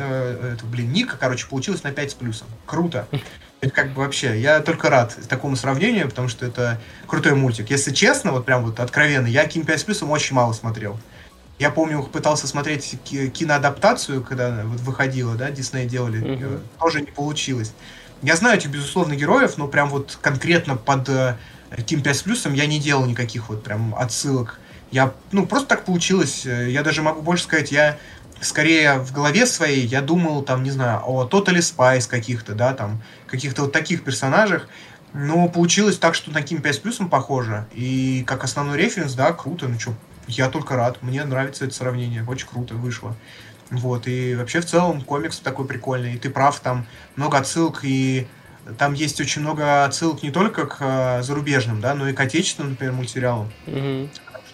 Ника, короче, получилась на 5 с плюсом. Круто. Это как бы вообще, я только рад такому сравнению, потому что это крутой мультик. Если честно, вот прям вот откровенно, я Ким 5 с плюсом очень мало смотрел. Я помню, пытался смотреть киноадаптацию, когда вот выходила, да, Дисней делали, тоже не получилось. Я знаю этих, безусловно, героев, но прям вот конкретно под Ким 5 с плюсом я не делал никаких вот прям отсылок. Просто так получилось. Я даже могу больше сказать, я скорее в голове своей, я думал, там, не знаю, о Totally Spice каких-то, да, там, каких-то вот таких персонажах. Но получилось так, что на Ким 5 с плюсом похоже. И как основной референс, да, круто, ну что, я только рад, мне нравится это сравнение, очень круто вышло. Вот, и вообще в целом комикс такой прикольный, и ты прав, там много отсылок, и там есть очень много отсылок не только к зарубежным, да, но и к отечественным, например, мультсериалам. Потому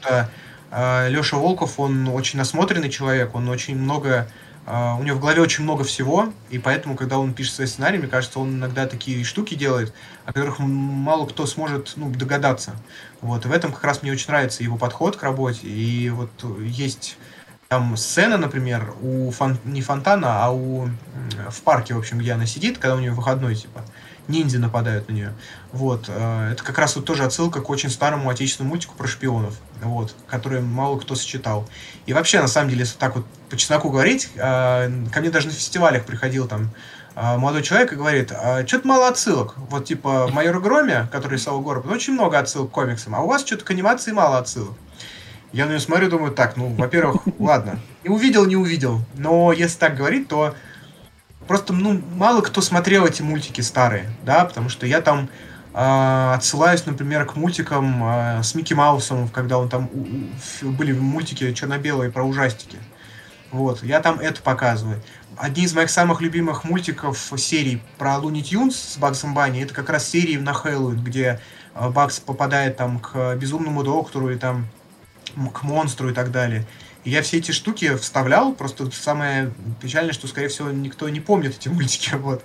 что Леша Волков, он очень насмотренный человек, он очень много... У него в голове очень много всего, и поэтому, когда он пишет свои сценарии, мне кажется, он иногда такие штуки делает, о которых мало кто сможет догадаться. Вот. И в этом как раз мне очень нравится его подход к работе. И вот есть там сцена, например, не фонтана, а в парке, в общем, где она сидит, когда у нее выходной, типа, ниндзя нападают на нее. Вот. Это как раз вот тоже отсылка к очень старому отечественному мультику про шпионов, вот, который мало кто сочетал. И вообще, на самом деле, если так вот по чесноку говорить, ко мне даже на фестивалях приходил там молодой человек и говорит, что-то мало отсылок. Вот типа в «Майоре Громе», который рисовал Горб, очень много отсылок к комиксам, а у вас что-то к анимации мало отсылок. Я на нее смотрю, думаю, так, во-первых, ладно, не увидел, но если так говорить, то просто, мало кто смотрел эти мультики старые, да, потому что я там отсылаюсь, например, к мультикам с Микки Маусом, когда он там были мультики черно-белые про ужастики. Вот, я там это показываю. Одни из моих самых любимых мультиков серий про Луни Тюнс с Багсом Банни, это как раз серии на Хэллоуин, где Багс попадает там к безумному доктору и там к монстру и так далее. И я все эти штуки вставлял, просто самое печальное, что, скорее всего, никто не помнит эти мультики, вот.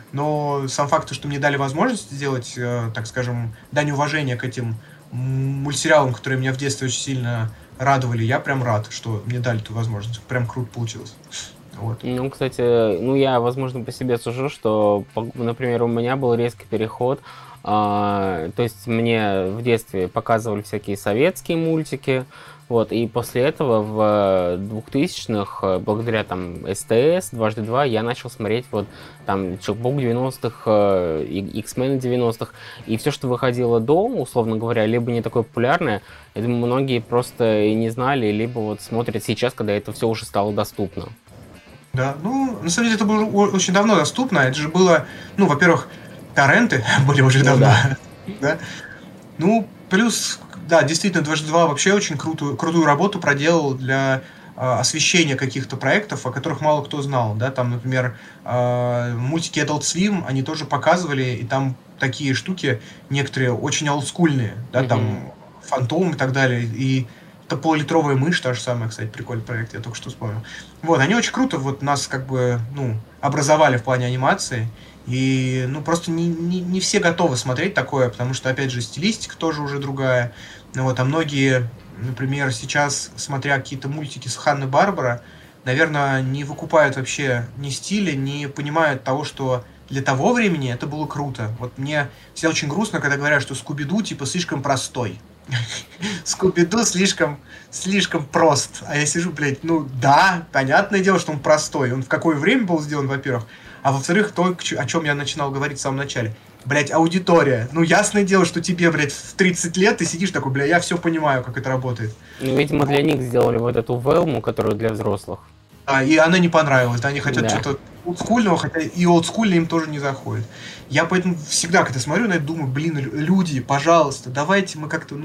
Но сам факт, что мне дали возможность сделать, так скажем, дань уважения к этим мультсериалам, которые меня в детстве очень сильно радовали, я прям рад, что мне дали эту возможность. Прям круто получилось. Вот.
Кстати, я, возможно, по себе сужу, что, например, у меня был резкий переход. То есть мне в детстве показывали всякие советские мультики, вот, и после этого в 2000-х, благодаря там СТС, Дважды Два, я начал смотреть вот там Чокбук 90-х, X-Men 90-х, и все, что выходило до, условно говоря, либо не такое популярное, я думаю, многие просто и не знали, либо вот смотрят сейчас, когда это все уже стало доступно.
Да, на самом деле это было очень давно доступно, это же было, во-первых, торренты были уже давно, да. Плюс, да, действительно, Дважды Два вообще очень крутую работу проделал для освещения каких-то проектов, о которых мало кто знал, да, там, например, мультики Adult Swim, они тоже показывали, и там такие штуки, некоторые очень олдскульные, да, там, Фантом и так далее, и Это полулитровая мышь, та же самая, кстати, прикольный проект, я только что вспомнил. Вот, они очень круто вот нас как бы, ну, образовали в плане анимации. И, ну, просто не все готовы смотреть такое, потому что, опять же, стилистика тоже уже другая. Ну, вот, а многие, например, сейчас, смотря какие-то мультики с Ханной-Барбара, наверное, не выкупают вообще ни стиля, не понимают того, что для того времени это было круто. Вот мне всегда очень грустно, когда говорят, что Скуби-Ду, типа, слишком простой. Скуби-Ду слишком прост. А я сижу, блядь, ну да, понятное дело, что он простой. Он в какое время был сделан, во-первых. А во-вторых, то, о чем я начинал говорить в самом начале. Блядь, аудитория. Ну, ясное дело, что тебе, блядь, в 30 лет ты сидишь такой, бля, я все понимаю, как это работает.
Ну, видимо, для них сделали вот эту Велму, которую для взрослых.
И она не понравилась, да, они хотят
Да.
что-то олдскульного, хотя и олдскульно им тоже не заходит. Я поэтому всегда, когда смотрю на это, думаю, блин, люди, пожалуйста, давайте мы как-то,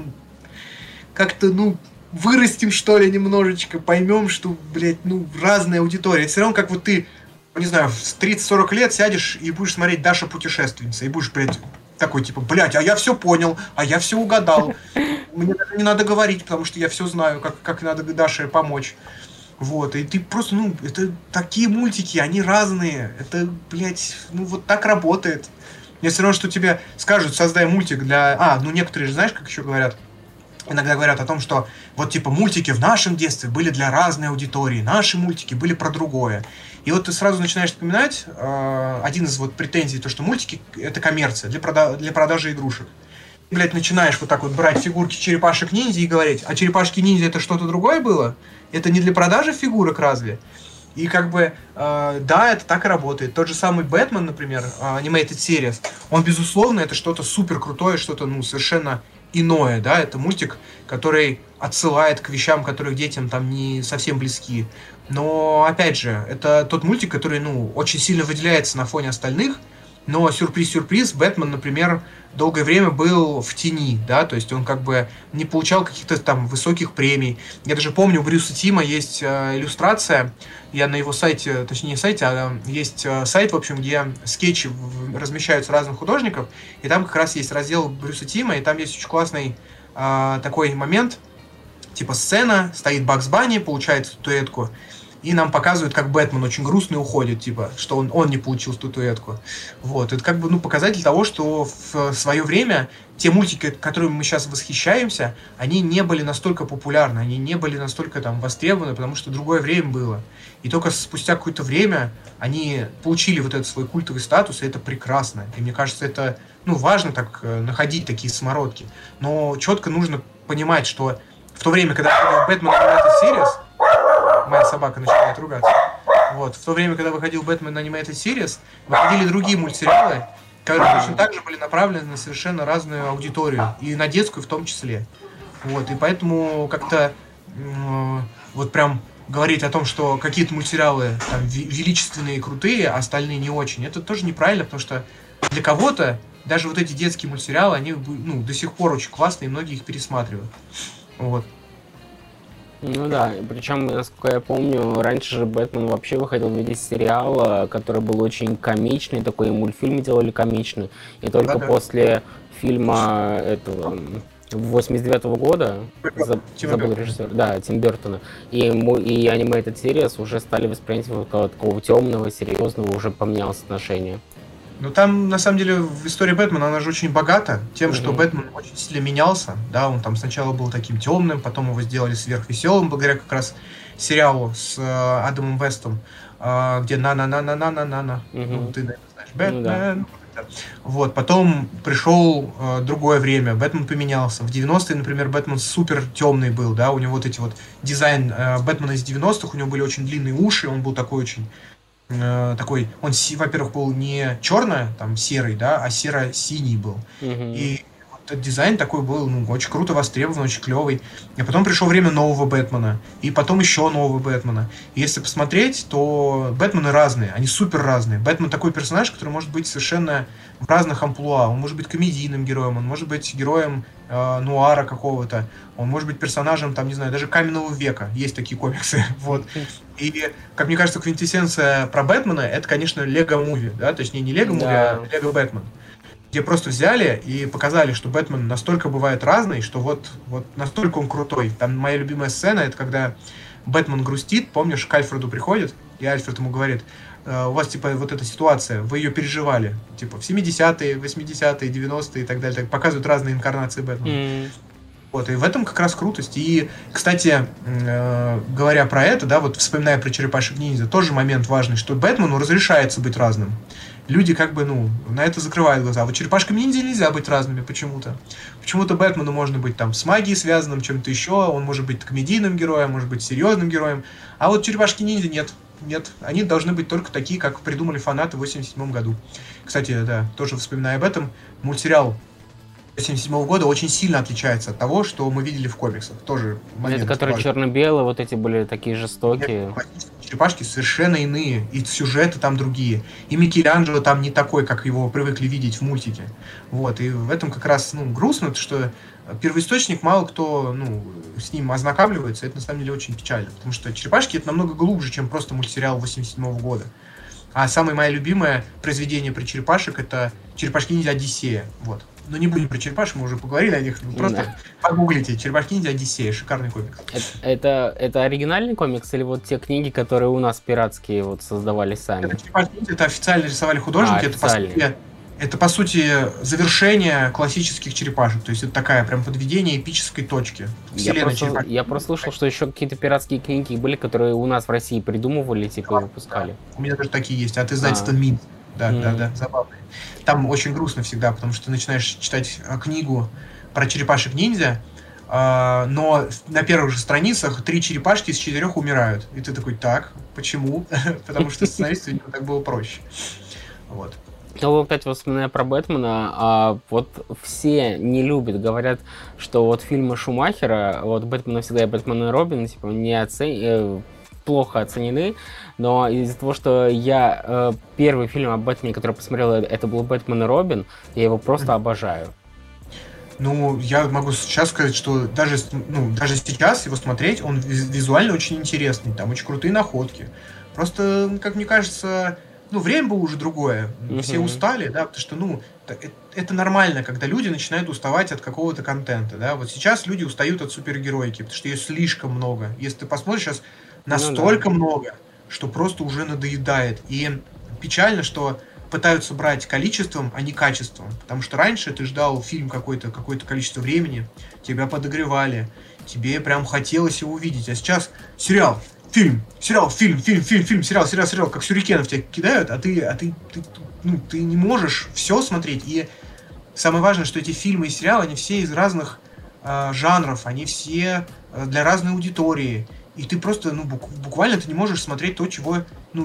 вырастим, что ли, немножечко, поймем, что, блядь, разная аудитория. Это все равно, как вот ты, не знаю, в 30-40 лет сядешь и будешь смотреть «Даша путешественница», и будешь, блядь, такой, типа, блядь, а я все понял, а я все угадал. Мне даже не надо говорить, потому что я все знаю, как надо Даше помочь. Вот, и ты просто, это такие мультики, они разные. Это, блядь, вот так работает. Мне все равно, что тебе скажут, создай мультик для... некоторые же, знаешь, как еще говорят? Иногда говорят о том, что вот, типа, мультики в нашем детстве были для разной аудитории, наши мультики были про другое. И вот ты сразу начинаешь вспоминать один из вот претензий, то, что мультики — это коммерция для продажи игрушек. Ты, блядь, начинаешь вот так вот брать фигурки черепашек-ниндзя и говорить, а черепашки-ниндзя — это что-то другое было? Это не для продажи фигурок разве? И как бы, да, это так и работает. Тот же самый Бэтмен, например, Animated Series, он, безусловно, это что-то супер крутое, что-то, совершенно иное, да, это мультик, который отсылает к вещам, которые детям там не совсем близки. Но, опять же, это тот мультик, который, очень сильно выделяется на фоне остальных, но сюрприз-сюрприз, Бэтмен, например, долгое время был в тени, да, то есть он как бы не получал каких-то там высоких премий. Я даже помню, у Брюса Тима есть иллюстрация, я на его сайте, точнее не сайте, а есть сайт, в общем, где скетчи размещаются разных художников, и там как раз есть раздел Брюса Тима, и там есть очень классный такой момент, типа сцена, стоит Бакс Банни, получает статуэтку, и нам показывают, как Бэтмен очень грустный уходит, типа, что он не получил статуэтку. Вот. Это как бы, показатель того, что в свое время те мультики, которыми мы сейчас восхищаемся, они не были настолько популярны, они не были настолько там востребованы, потому что другое время было. И только спустя какое-то время они получили вот этот свой культовый статус, и это прекрасно. И мне кажется, это, важно так находить такие самородки. Но четко нужно понимать, что в то время, когда Бэтмен Animated Series, моя собака начинает ругаться. Вот. В то время, когда выходил Бэтмен Animated Series, выходили другие мультсериалы, которые точно так же были направлены на совершенно разную аудиторию, и на детскую в том числе. Вот. И поэтому как-то вот прям говорить о том, что какие-то мультсериалы там величественные и крутые, а остальные не очень, это тоже неправильно, потому что для кого-то даже вот эти детские мультсериалы, они до сих пор очень классные, и многие их пересматривают. Вот.
Ну да, причем, насколько я помню, раньше же Бэтмен вообще выходил в виде сериала, который был очень комичный, такой мультфильм делали комичный, и только после фильма этого 89-го года, забыл режиссер, да, Тим Бертона, и Animated Series уже стали воспринимать его как такого темного, серьезного, уже поменялось отношение.
Ну, там, на самом деле, в истории Бэтмена, она же очень богата тем, что Бэтмен очень сильно менялся, да, он там сначала был таким темным, потом его сделали сверхвеселым, благодаря как раз сериалу с Адамом Вестом, где на-на-на-на-на-на-на-на, ты, наверное, знаешь, Бэтмен. Вот, потом пришел другое время, Бэтмен поменялся. В 90-е, например, Бэтмен супер темный был, да, у него вот эти вот дизайн Бэтмена из 90-х, у него были очень длинные уши, он был такой очень... такой, он, во-первых, был не черно, там, серый, да, а серо-синий был. И вот этот дизайн такой был, очень круто востребован, очень клевый. И потом пришло время нового Бэтмена, и потом еще нового Бэтмена. И если посмотреть, то Бэтмены разные, они супер разные. Бэтмен такой персонаж, который может быть совершенно в разных амплуа. Он может быть комедийным героем, он может быть героем нуара какого-то, он может быть персонажем, там, не знаю, даже каменного века. Есть такие комиксы, вот. И, как мне кажется, квинтэссенция про Бэтмена — это, конечно, Лего Муви, да, точнее, не Лего Муви, а Лего Бэтмен. где просто взяли и показали, что Бэтмен настолько бывает разный, что вот настолько он крутой. Там моя любимая сцена, это когда Бэтмен грустит, помнишь, к Альфреду приходит, и Альфред ему говорит: у вас, типа, вот эта ситуация, вы ее переживали, типа, в 70-е, 80-е, 90-е и так далее, так показывают разные инкарнации Бэтмена. Вот, и в этом как раз крутость. И, кстати, говоря про это, да, вот вспоминая про черепашек ниндзя, тоже момент важный, что Бэтмену разрешается быть разным. Люди как бы, на это закрывают глаза. А вот черепашкам ниндзя нельзя быть разными почему-то. Почему-то Бэтмену можно быть там с магией связанным, чем-то еще, он может быть комедийным героем, может быть серьезным героем. А вот черепашки ниндзя нет. Нет, они должны быть только такие, как придумали фанаты в 87 году. Кстати, да, тоже вспоминая об этом, мультсериал 1977 года очень сильно отличается от того, что мы видели в комиксах. Тоже момент.
Это которые
важный.
черно-белые, вот эти были такие жестокие.
Черепашки совершенно иные, и сюжеты там другие. И Микеланджело там не такой, как его привыкли видеть в мультике. Вот, и в этом как раз грустно, что первоисточник мало кто с ним ознакомливается. Это на самом деле очень печально, потому что черепашки это намного глубже, чем просто мультсериал 1987 года. А самое мое любимое произведение про черепашек это «Черепашки ниндзя Одиссея». Вот. Но не будем про черепашек, мы уже поговорили о них. Просто погуглите «Черепашки ниндзя Одиссея». Шикарный комикс.
Это оригинальный комикс или вот те книги, которые у нас пиратские вот создавали сами?
Это «Черепашки ниндзя», это официально рисовали художники. Это, по сути, завершение классических черепашек. То есть это такая прям подведение эпической точки.
Я просто слышал, что еще какие-то пиратские книги были, которые у нас в России придумывали, типа, и выпускали.
Да. У меня тоже такие есть. От издательства Минск. Да, забавные. Там очень грустно всегда, потому что ты начинаешь читать книгу про черепашек-ниндзя, но на первых же страницах 3 черепашки из 4 умирают. И ты такой: так, почему? Потому что сценаристу, видимо, так было проще. Вот.
Ну, кстати, вспоминая про Бэтмена, вот все не любят, говорят, что вот фильмы Шумахера, вот «Бэтмен навсегда» и «Бэтмен и Робин», типа, плохо оценены, но из-за того, что я первый фильм о Бэтмене, который посмотрел, это был «Бэтмен и Робин», я его просто обожаю.
Я могу сейчас сказать, что даже сейчас его смотреть, он визуально очень интересный, там очень крутые находки. Просто, как мне кажется, время было уже другое. Все устали, да, потому что, это нормально, когда люди начинают уставать от какого-то контента, да. Вот сейчас люди устают от супергероики, потому что ее слишком много. Если ты посмотришь, сейчас настолько много, что просто уже надоедает. И печально, что пытаются брать количеством, а не качеством. Потому что раньше ты ждал фильм какое-то количество времени, тебя подогревали, тебе прям хотелось его увидеть. А сейчас сериал, фильм, сериал, как сюрикенов тебя кидают, а ты не можешь все смотреть. И самое важное, что эти фильмы и сериалы, они все из разных жанров, они все для разной аудитории. И ты просто, буквально ты не можешь смотреть то, чего,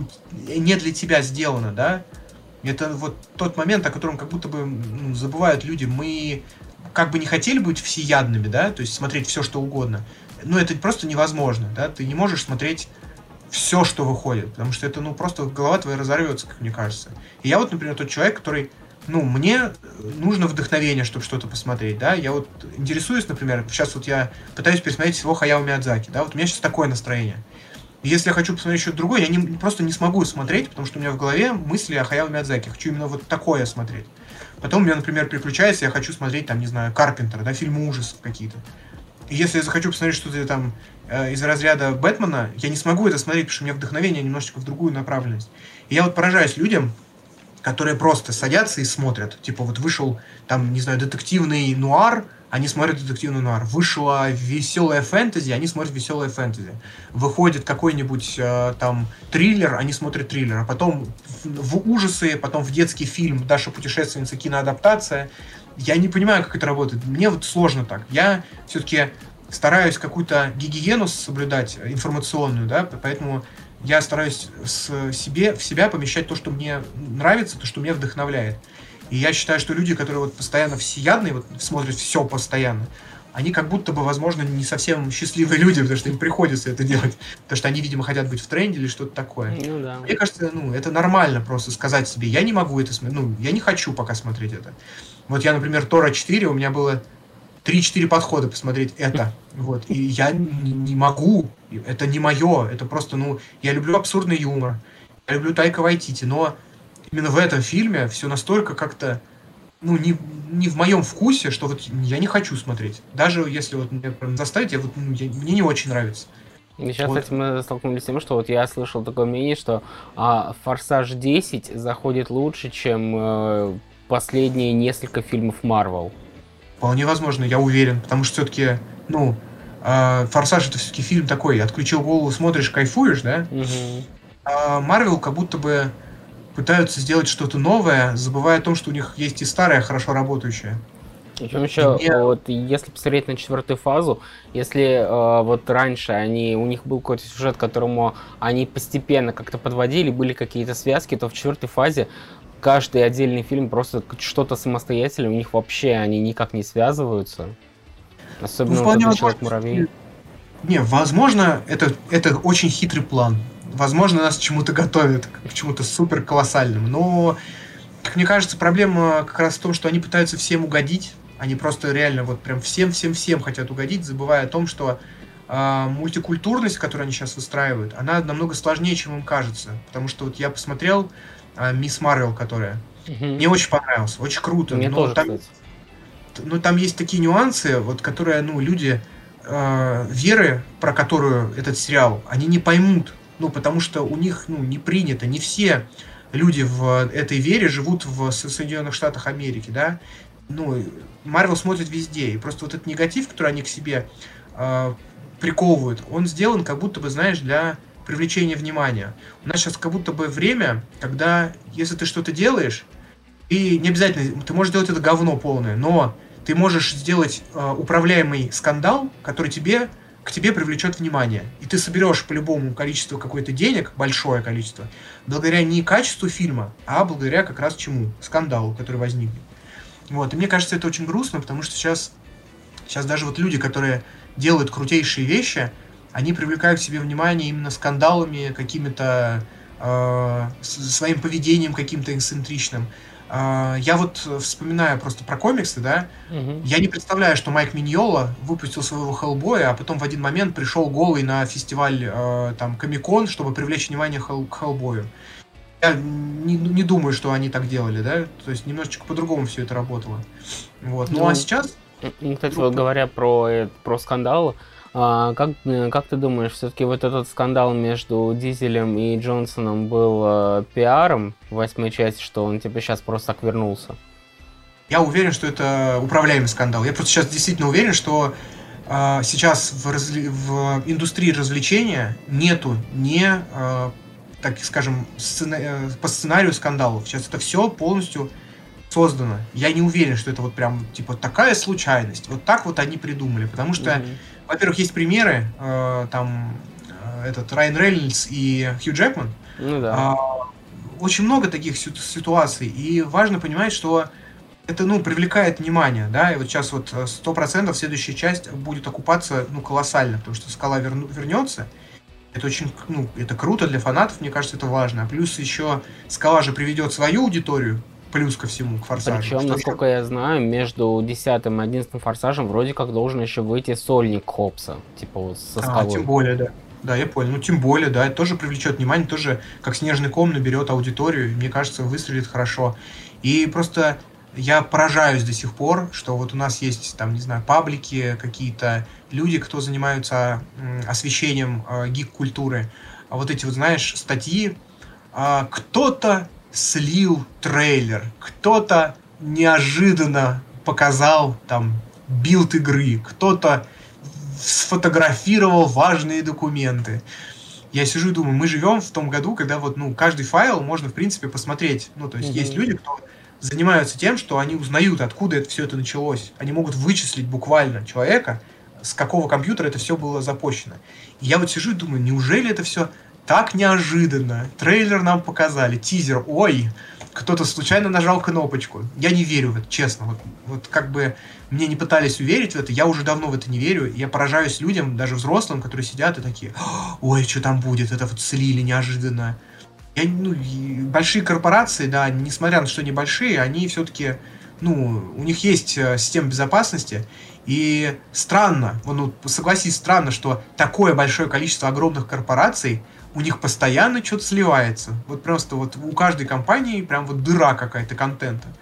не для тебя сделано, да. Это вот тот момент, о котором как будто бы забывают люди. Мы как бы не хотели быть всеядными, да, то есть смотреть все, что угодно. Но это просто невозможно, да, ты не можешь смотреть все, что выходит, потому что это, просто голова твоя разорвется, как мне кажется. И я вот, например, тот человек, который, мне нужно вдохновение, чтобы что-то посмотреть, да, я вот интересуюсь, например, сейчас вот я пытаюсь пересмотреть всего Хаяо Миядзаки, да, вот у меня сейчас такое настроение. И если я хочу посмотреть что-то другое, я просто не смогу смотреть, потому что у меня в голове мысли о Хаяо Миядзаки, хочу именно вот такое смотреть. Потом у меня, например, переключается, я хочу смотреть, там, не знаю, Карпентера, да, фильмы ужасов какие-то. И если я захочу посмотреть что-то там из разряда Бэтмена, я не смогу это смотреть, потому что у меня вдохновение немножечко в другую направленность. И я вот поражаюсь людям, которые просто садятся и смотрят. Типа вот вышел, там, не знаю, детективный нуар, они смотрят детективный нуар. Вышла веселая фэнтези, они смотрят веселое фэнтези. Выходит какой-нибудь там триллер, они смотрят триллер. А потом в ужасы, потом в детский фильм «Даша путешественница», киноадаптация. Я не понимаю, как это работает. Мне вот сложно так. Я все-таки стараюсь какую-то гигиену соблюдать, информационную, да, поэтому я стараюсь в себя помещать то, что мне нравится, то, что меня вдохновляет. И я считаю, что люди, которые вот постоянно всеядные, вот смотрят все постоянно, они как будто бы, возможно, не совсем счастливые люди, потому что им приходится это делать. Потому что они, видимо, хотят быть в тренде или что-то такое.
Да.
Мне кажется, это нормально просто сказать себе: я не могу это смотреть, я не хочу пока смотреть это. Вот я, например, Тора 4, у меня было 3-4 подхода посмотреть это. Вот. И я не могу. Это не мое. Это просто, я люблю абсурдный юмор. Я люблю Тайка Вайтити, но именно в этом фильме все настолько как-то, ну, не в моем вкусе, что вот я не хочу смотреть. Даже если вот меня прям заставить, мне не очень нравится.
И сейчас,
Вот.
кстати, мы столкнулись с тем, что вот я слышал такое мнение, что «Форсаж 10» заходит лучше, чем последние несколько фильмов Марвел.
Вполне возможно, я уверен, потому что все-таки, ну, «Форсаж» это все-таки фильм такой, отключил голову, смотришь, кайфуешь, да? А Марвел как будто бы пытаются сделать что-то новое, забывая о том, что у них есть и старое, хорошо работающее.
Причем еще, вот, если посмотреть на 4-ю фазу, если вот раньше у них был какой-то сюжет, к которому они постепенно как-то подводили, были какие-то связки, то в 4-й фазе каждый отдельный фильм просто что-то самостоятельное, у них вообще они никак не связываются. Особенно вот этот Человек-муравей.
Не, возможно, это очень хитрый план. Возможно, нас к чему-то готовят, к чему-то супер колоссальному. Но, как мне кажется, проблема как раз в том, что они пытаются всем угодить. Они просто реально вот прям всем хотят угодить, забывая о том, что мультикультурность, которую они сейчас выстраивают, она намного сложнее, чем им кажется. Потому что вот я посмотрел «Мисс Марвел», которая мне очень понравилась, очень круто.
Мне тоже, кстати.
Но там есть такие нюансы, вот, которые, ну, люди веры, про которую этот сериал, они не поймут. Ну, потому что у них, ну, не принято, не все люди в этой вере живут в Соединенных Штатах Америки, да. Ну, Марвел смотрит везде, и просто вот этот негатив, который они к себе приковывают, он сделан как будто бы, знаешь, для привлечения внимания. У нас сейчас как будто бы время, когда, если ты что-то делаешь, и не обязательно, ты можешь делать это говно полное, но ты можешь сделать управляемый скандал, который к тебе привлечет внимание. И ты соберешь по-любому количество какое-то денег, большое количество, благодаря не качеству фильма, а благодаря как раз чему? Скандалу, который возникнет. Вот. И мне кажется, это очень грустно, потому что сейчас даже вот люди, которые делают крутейшие вещи, они привлекают к себе внимание именно скандалами, какими-то своим поведением каким-то эксцентричным. Я вот вспоминаю просто про комиксы, да, я не представляю, что Майк Миньола выпустил своего Хеллбоя, а потом в один момент пришел голый на фестиваль там Комик-кон, чтобы привлечь внимание к Хеллбою. Я не думаю, что они так делали, да, то есть немножечко по-другому все это работало. Вот. Ну а сейчас...
Кстати, вот говоря про скандал, как ты думаешь, все-таки вот этот скандал между Дизелем и Джонсоном был пиаром в 8-й части, что он типа сейчас просто так вернулся?
Я уверен, что это управляемый скандал. Я просто сейчас действительно уверен, что сейчас в индустрии развлечения нету так скажем, по сценарию скандалов. Сейчас это все полностью создано. Я не уверен, что это вот прям типа такая случайность. Вот так вот они придумали. Потому что, во-первых, есть примеры, этот Райан Рейнольдс и Хью Джекман.
Ну да.
Очень много таких ситуаций. И важно понимать, что это, ну, привлекает внимание, да, и вот сейчас вот 100% следующая часть будет окупаться, ну, колоссально, потому что Скала вернется. Это очень, ну, это круто для фанатов, мне кажется, это важно. А плюс еще Скала же приведет свою аудиторию, плюс ко всему, к Форсажу.
Причем, насколько я знаю, между 10-м и 11-м Форсажем вроде как должен еще выйти сольник Хопса, типа вот со Скалой.
Тем более, да. Да, я понял. Ну, тем более, да, это тоже привлечет внимание, тоже как снежный ком наберет аудиторию, мне кажется, выстрелит хорошо. И просто я поражаюсь до сих пор, что вот у нас есть, там, не знаю, паблики, какие-то люди, кто занимаются освещением гик-культуры. А вот эти вот, знаешь, статьи, кто-то слил трейлер, кто-то неожиданно показал там билд игры, кто-то сфотографировал важные документы. Я сижу и думаю, мы живем в том году, когда вот, ну, каждый файл можно, в принципе, посмотреть. Ну, то есть есть люди, кто занимаются тем, что они узнают, откуда это все это началось. Они могут вычислить буквально человека, с какого компьютера это все было запущено. И я вот сижу и думаю, неужели это все так неожиданно? Трейлер нам показали, тизер, ой, кто-то случайно нажал кнопочку. Я не верю в это, честно. Вот как бы мне не пытались уверить в это, я уже давно в это не верю. Я поражаюсь людям, даже взрослым, которые сидят и такие, ой, что там будет, это вот слили неожиданно. Большие корпорации, да, несмотря на то, что они большие, они все-таки, ну, у них есть система безопасности, и странно, ну, согласись, странно, что такое большое количество огромных корпораций, у них постоянно что-то сливается. Вот просто вот у каждой компании прям вот дыра какая-то контента.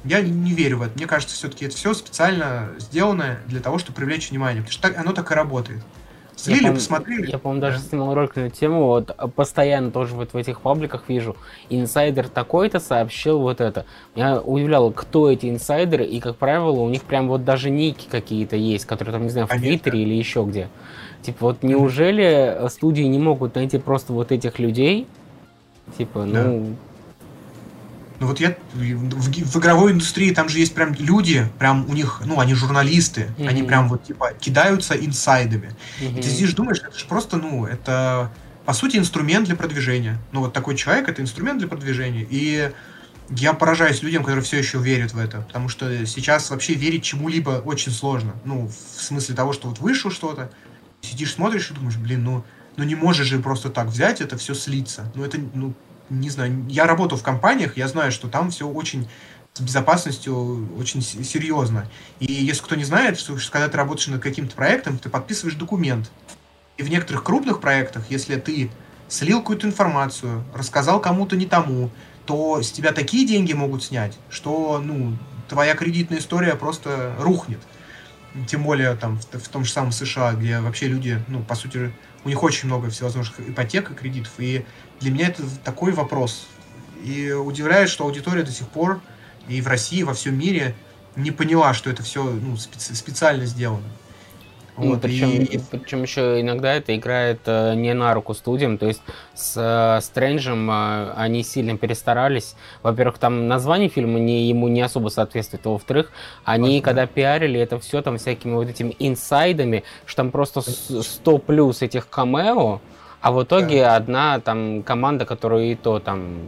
Я не верю в это. Мне кажется, все-таки это все специально сделано для того, чтобы привлечь внимание. Потому что оно так и работает. Слили, посмотрели.
Я, по-моему, даже снимал ролик на эту тему, вот постоянно тоже вот в этих пабликах вижу, инсайдер такой-то сообщил вот это. Меня удивляло, кто эти инсайдеры, и, как правило, у них прям вот даже ники какие-то есть, которые там, не знаю, в Твиттере или еще где. Типа, вот неужели студии не могут найти просто вот этих людей? Типа, ну...
Ну вот я в игровой индустрии, там же есть прям люди, прям у них, ну, они журналисты, они прям вот типа кидаются инсайдами. И ты сидишь, думаешь, это же просто, ну, это по сути инструмент для продвижения. Ну вот такой человек — это инструмент для продвижения. И я поражаюсь людям, которые все еще верят в это, потому что сейчас вообще верить чему-либо очень сложно. Ну, в смысле того, что вот вышло что-то, сидишь, смотришь и думаешь, блин, ну не можешь же просто так взять это все слиться. Ну это, ну, не знаю, я работал в компаниях, я знаю, что там все очень с безопасностью очень серьезно. И если кто не знает, что когда ты работаешь над каким-то проектом, ты подписываешь документ. И в некоторых крупных проектах, если ты слил какую-то информацию, рассказал кому-то не тому, то с тебя такие деньги могут снять, что, ну, твоя кредитная история просто рухнет. Тем более там в том же самом США, где вообще люди, ну, по сути, у них очень много всевозможных ипотек и кредитов. И для меня это такой вопрос. И удивляет, что аудитория до сих пор и в России, и во всем мире не поняла, что это все, ну, специально сделано.
Ну,
Вот,
причем еще иногда это играет не на руку студиям, то есть с Стрэнджем они сильно перестарались. Во-первых, там название фильма ему не особо соответствует, а во-вторых, они когда пиарили это все там всякими вот этими инсайдами, что там просто 100 плюс этих камео, а в итоге одна там команда, которую и то там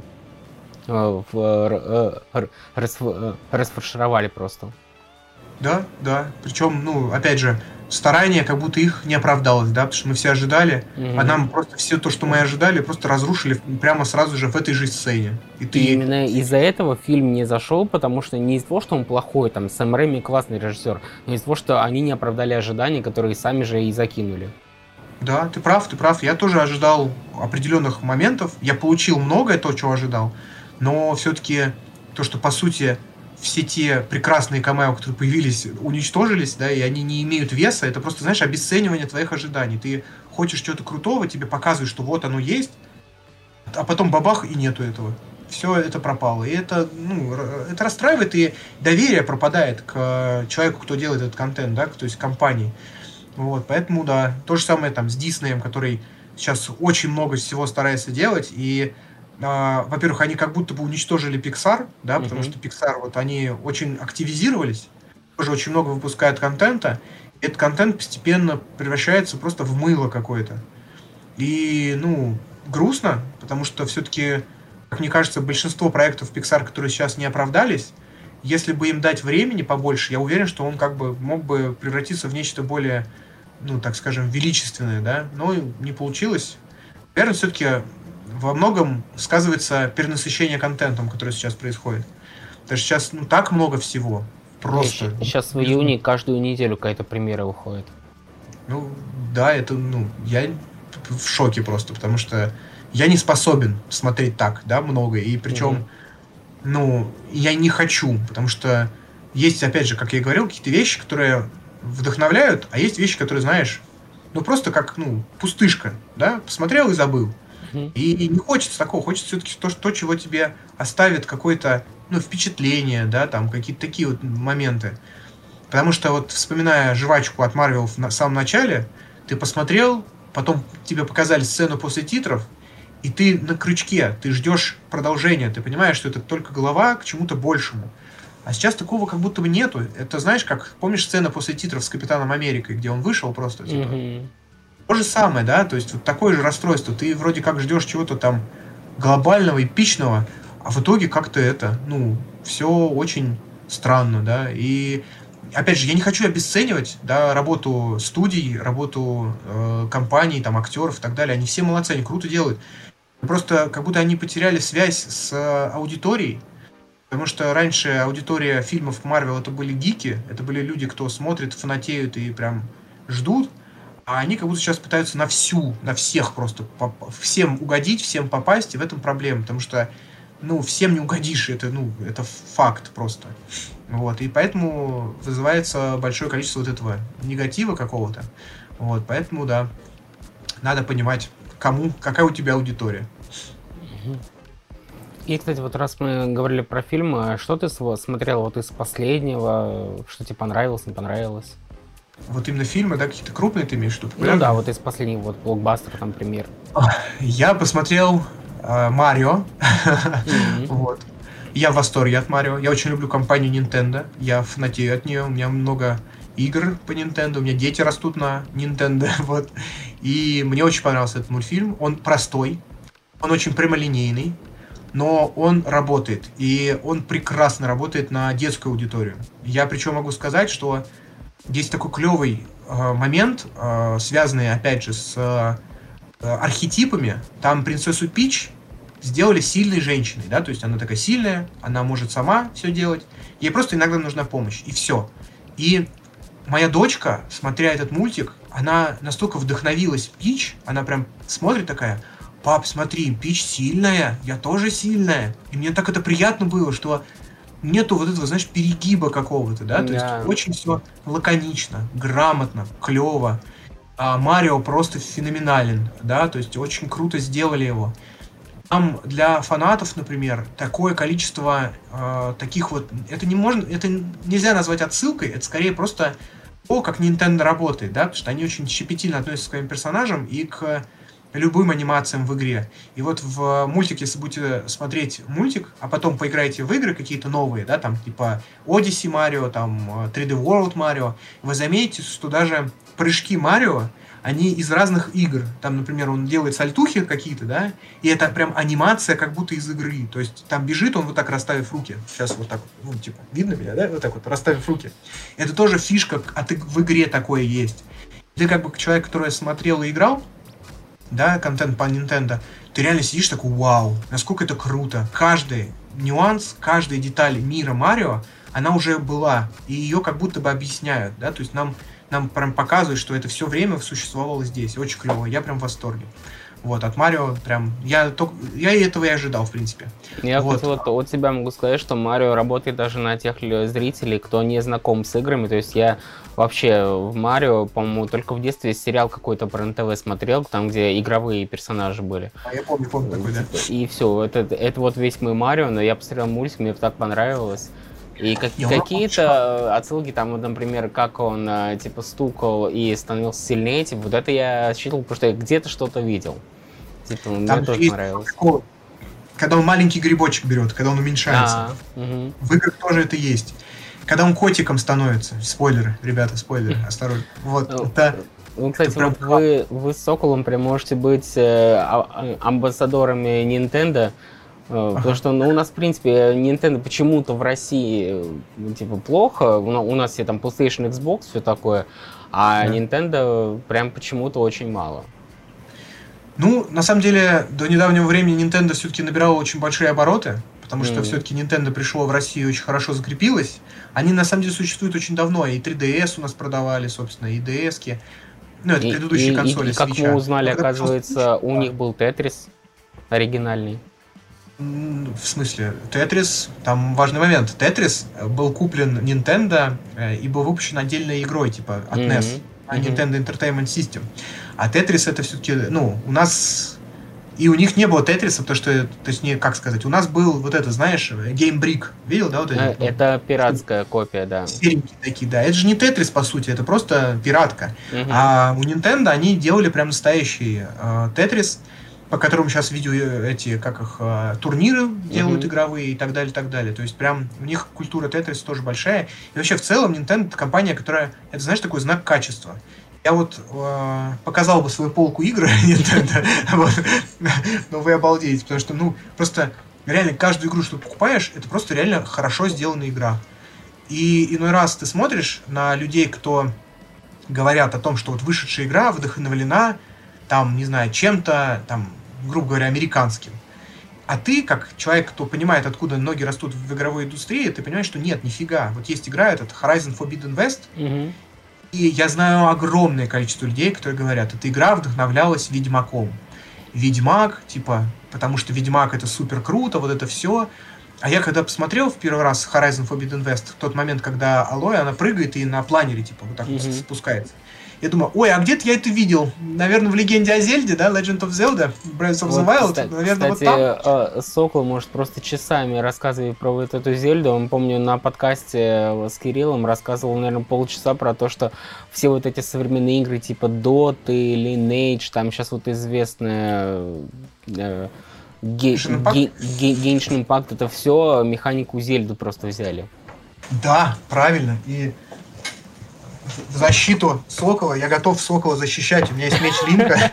расфаршировали просто.
Да, да. Причем, ну, опять же, старание как будто их не оправдалось, да, потому что мы все ожидали, а нам просто все то, что мы ожидали, просто разрушили прямо сразу же в этой же сцене.
И именно из-за этого фильм не зашел, потому что не из-за того, что он плохой, там, Сэм Рэйми классный режиссер, но из-за того, что они не оправдали ожидания, которые сами же и закинули.
Да, ты прав, ты прав. Я тоже ожидал определенных моментов. Я получил многое, то, чего ожидал. Но все-таки то, что, по сути, все те прекрасные камео, которые появились, уничтожились, да, и они не имеют веса, это просто, знаешь, обесценивание твоих ожиданий. Ты хочешь чего-то крутого, тебе показывают, что вот оно есть, а потом бабах, и нету этого. Все это пропало. И это, ну, это расстраивает, и доверие пропадает к человеку, кто делает этот контент, да, то есть к компании. Вот, поэтому, да, то же самое там с Диснеем, который сейчас очень много всего старается делать, и во-первых, они как будто бы уничтожили Pixar, да, потому что Pixar, вот они очень активизировались, тоже очень много выпускают контента, и этот контент постепенно превращается просто в мыло какое-то. И, ну, грустно, потому что все-таки, как мне кажется, большинство проектов Pixar, которые сейчас не оправдались, если бы им дать времени побольше, я уверен, что он как бы мог бы превратиться в нечто более, ну, так скажем, величественное, да, но не получилось. Наверное, все-таки во многом сказывается перенасыщение контентом, который сейчас происходит. Потому что сейчас, ну, так много всего. Просто.
Сейчас в июне каждую неделю какая-то премьера выходит.
Ну, да, это, ну, я в шоке просто, потому что я не способен смотреть так, да, много. И причем, ну, я не хочу, потому что есть, опять же, как я и говорил, какие-то вещи, которые вдохновляют, а есть вещи, которые, знаешь, ну, просто как, ну, пустышка, да, посмотрел и забыл. И не хочется такого, хочется все-таки то, чего тебе оставит какое-то, ну, впечатление, да, там, какие-то такие вот моменты. Потому что вот, вспоминая жвачку от Marvel в самом начале, ты посмотрел, потом тебе показали сцену после титров, и ты на крючке, ты ждешь продолжения, ты понимаешь, что это только голова к чему-то большему. А сейчас такого как будто бы нету. Это, знаешь, как, помнишь сцену после титров с Капитаном Америкой, где он вышел просто, типа... То же самое, да, то есть вот такое же расстройство. Ты вроде как ждешь чего-то там глобального, эпичного, а в итоге как-то это, ну, все очень странно, да. И опять же, я не хочу обесценивать, да, работу студий, работу компаний, там, актеров и так далее. Они все молодцы, они круто делают. Просто как будто они потеряли связь с аудиторией. Потому что раньше аудитория фильмов Marvel это были гики, это были люди, кто смотрит, фанатеют и прям ждут. А они как будто сейчас пытаются на всех просто, всем угодить, всем попасть, и в этом проблема. Потому что, всем не угодишь, это факт просто. Вот, и поэтому вызывается большое количество вот этого негатива какого-то. Вот, поэтому, да, надо понимать, какая у тебя аудитория.
И, кстати, вот раз мы говорили про фильмы, что ты смотрел вот из последнего, что тебе понравилось, не понравилось?
Вот именно фильмы, да, какие-то крупные ты имеешь в виду?
Ну да, вот из последних, вот блокбастер, там, пример.
Я посмотрел Марио. Вот. Я в восторге от Марио. Я очень люблю компанию Nintendo. Я фанатею от нее. У меня много игр по Nintendo. У меня дети растут на Nintendo. Вот. И мне очень понравился этот мультфильм. Он простой. Он очень прямолинейный. Но он работает. И он прекрасно работает на детскую аудиторию. Я причем могу сказать, что есть такой клевый момент, связанный, опять же, с архетипами. Там принцессу Пич сделали сильной женщиной, да, то есть она такая сильная, она может сама все делать, ей просто иногда нужна помощь, и все. И моя дочка, смотря этот мультик, она настолько вдохновилась Пич, она прям смотрит такая: пап, смотри, Пич сильная, я тоже сильная. И мне так это приятно было, что нету вот этого, знаешь, перегиба какого-то, да, то есть очень все лаконично, грамотно, клево. А Марио просто феноменален, да, то есть очень круто сделали его. Там для фанатов, например, такое количество таких вот, это нельзя назвать отсылкой, это скорее просто то, как Nintendo работает, да, потому что они очень щепетильно относятся к своим персонажам и к любым анимациям в игре. И вот в мультике, если будете смотреть мультик, а потом поиграете в игры какие-то новые, да, там типа Odyssey Mario, там 3D World Mario, вы заметите, что даже прыжки Марио, они из разных игр. Там, например, он делает сальтухи какие-то, да, и это прям анимация как будто из игры. То есть там бежит он вот так, расставив руки. Сейчас вот так вот, типа, видно меня, да? Вот так вот, расставив руки. Это тоже фишка в игре такое есть. Ты как бы человек, который смотрел и играл, да, контент по Nintendo, ты реально сидишь такой: вау, насколько это круто. Каждый нюанс, каждая деталь мира Марио, она уже была, и ее как будто бы объясняют, да, то есть нам прям показывают, что это все время существовало здесь. Очень клево, я прям в восторге. Вот, от Марио прям, я этого и ожидал, в принципе.
Я вот от себя могу сказать, что Марио работает даже на тех зрителей, кто не знаком с играми. То есть я вообще в Марио, по-моему, только в детстве сериал какой-то про НТВ смотрел, там, где игровые персонажи были.
А я помню такой, да.
И все, это вот весь мой Марио, но я посмотрел мультик, мне так понравилось. И какие-то отсылки, там, вот, например, как он типа стукал и становился сильнее, типа, вот это я считал, потому что я где-то что-то видел. Типа, мне тоже понравилось.
Когда он маленький грибочек берет, когда он уменьшается. В играх тоже это есть. Когда он котиком становится. Спойлеры, ребята, спойлеры, осторожно. Вот, это...
Ну, кстати, вот вы с Соколом прям можете быть амбассадорами Nintendo. Потому что, у нас, в принципе, Nintendo почему-то в России, типа, плохо. У нас все там PlayStation, Xbox, все такое. А Nintendo прям почему-то очень мало.
Ну, на самом деле, до недавнего времени Nintendo все-таки набирала очень большие обороты, потому что все-таки Nintendo пришло в Россию, очень хорошо закрепилось. Они, на самом деле, существуют очень давно. И 3DS у нас продавали, собственно, и DS-ки. Ну, это предыдущие консоли
и как мы узнали, оказывается, у них был Tetris оригинальный.
В смысле, Tetris, там важный момент. Tetris был куплен Nintendo и был выпущен отдельной игрой, типа от NES, Nintendo Entertainment System. А Tetris это все-таки, у нас... И у них не было Тетриса, потому что, точнее, как сказать, у нас был вот это, знаешь, Game Brick. Видел, да? Вот
это пиратская копия, да.
Серенькие такие, да. Это же не Тетрис, по сути, это просто пиратка. А у Nintendo они делали прям настоящий Тетрис, по которому сейчас видео турниры делают игровые и так далее, и так далее. То есть прям у них культура Тетрис тоже большая. И вообще в целом Nintendo это компания, которая, это, знаешь, такой знак качества. Я вот показал бы свою полку игр Nintendo, но вы обалдеете, потому что, просто реально каждую игру, что ты покупаешь, это просто реально хорошо сделанная игра. И иной раз ты смотришь на людей, кто говорят о том, что вот вышедшая игра вдохновлена, там, не знаю, чем-то, там, грубо говоря, американским. А ты, как человек, кто понимает, откуда ноги растут в игровой индустрии, ты понимаешь, что нет, нифига. Вот есть игра, этот Horizon Forbidden West, и я знаю огромное количество людей, которые говорят, эта игра вдохновлялась Ведьмаком. Ведьмак, типа, потому что Ведьмак это супер круто, вот это все. А я когда посмотрел в первый раз Horizon Forbidden West, в тот момент, когда Алоэ, она прыгает и на планере, типа, вот так вот спускается. Я думаю, ой, а где-то я это видел. Наверное, в «Легенде о Зельде», да, Legend of Zelda, Breath of the Wild, наверное,
кстати,
вот там.
Сокол может просто часами рассказывать про вот эту Зельду. Он, помню, на подкасте с Кириллом рассказывал, наверное, полчаса про то, что все вот эти современные игры типа Dota или Lineage, там сейчас вот известная Genshin Impact, это все механику Зельду просто взяли.
Да, правильно. И в защиту Сокола я готов Сокола защищать. У меня есть меч Линка,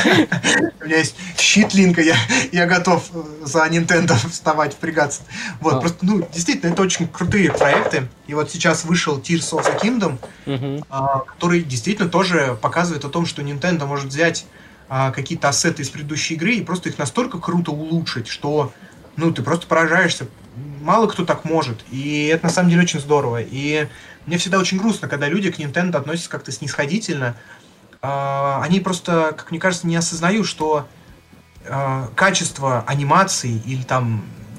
у меня есть щит Линка, я готов за Nintendo вставать, впрягаться. Вот, просто, ну, действительно, это очень крутые проекты. И вот сейчас вышел Tears of the Kingdom, который действительно тоже показывает о том, что Nintendo может взять какие-то ассеты из предыдущей игры и просто их настолько круто улучшить, что, ну, ты просто поражаешься. Мало кто так может. И это на самом деле очень здорово. И мне всегда очень грустно, когда люди к Nintendo относятся как-то снисходительно. Они просто, как мне кажется, не осознают, что качество анимации или там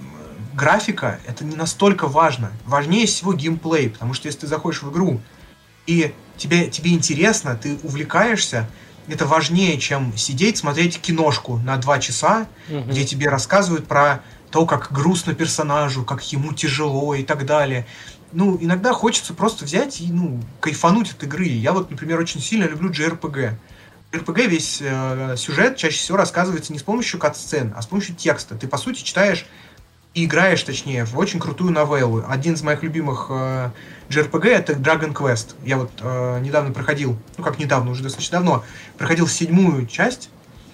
графика это не настолько важно. Важнее всего геймплей. Потому что если ты заходишь в игру и тебе интересно, ты увлекаешься, это важнее, чем сидеть, смотреть киношку на 2 часа, где тебе рассказывают про то, как грустно персонажу, как ему тяжело и так далее. Ну, иногда хочется просто взять и, ну, кайфануть от игры. Я вот, например, очень сильно люблю JRPG. В JRPG весь сюжет чаще всего рассказывается не с помощью кат-сцен, а с помощью текста. Ты, по сути, читаешь и играешь, точнее, в очень крутую новеллу. Один из моих любимых JRPG — это Dragon Quest. Я вот недавно проходил, ну, как недавно, уже достаточно давно, проходил 7-ю часть,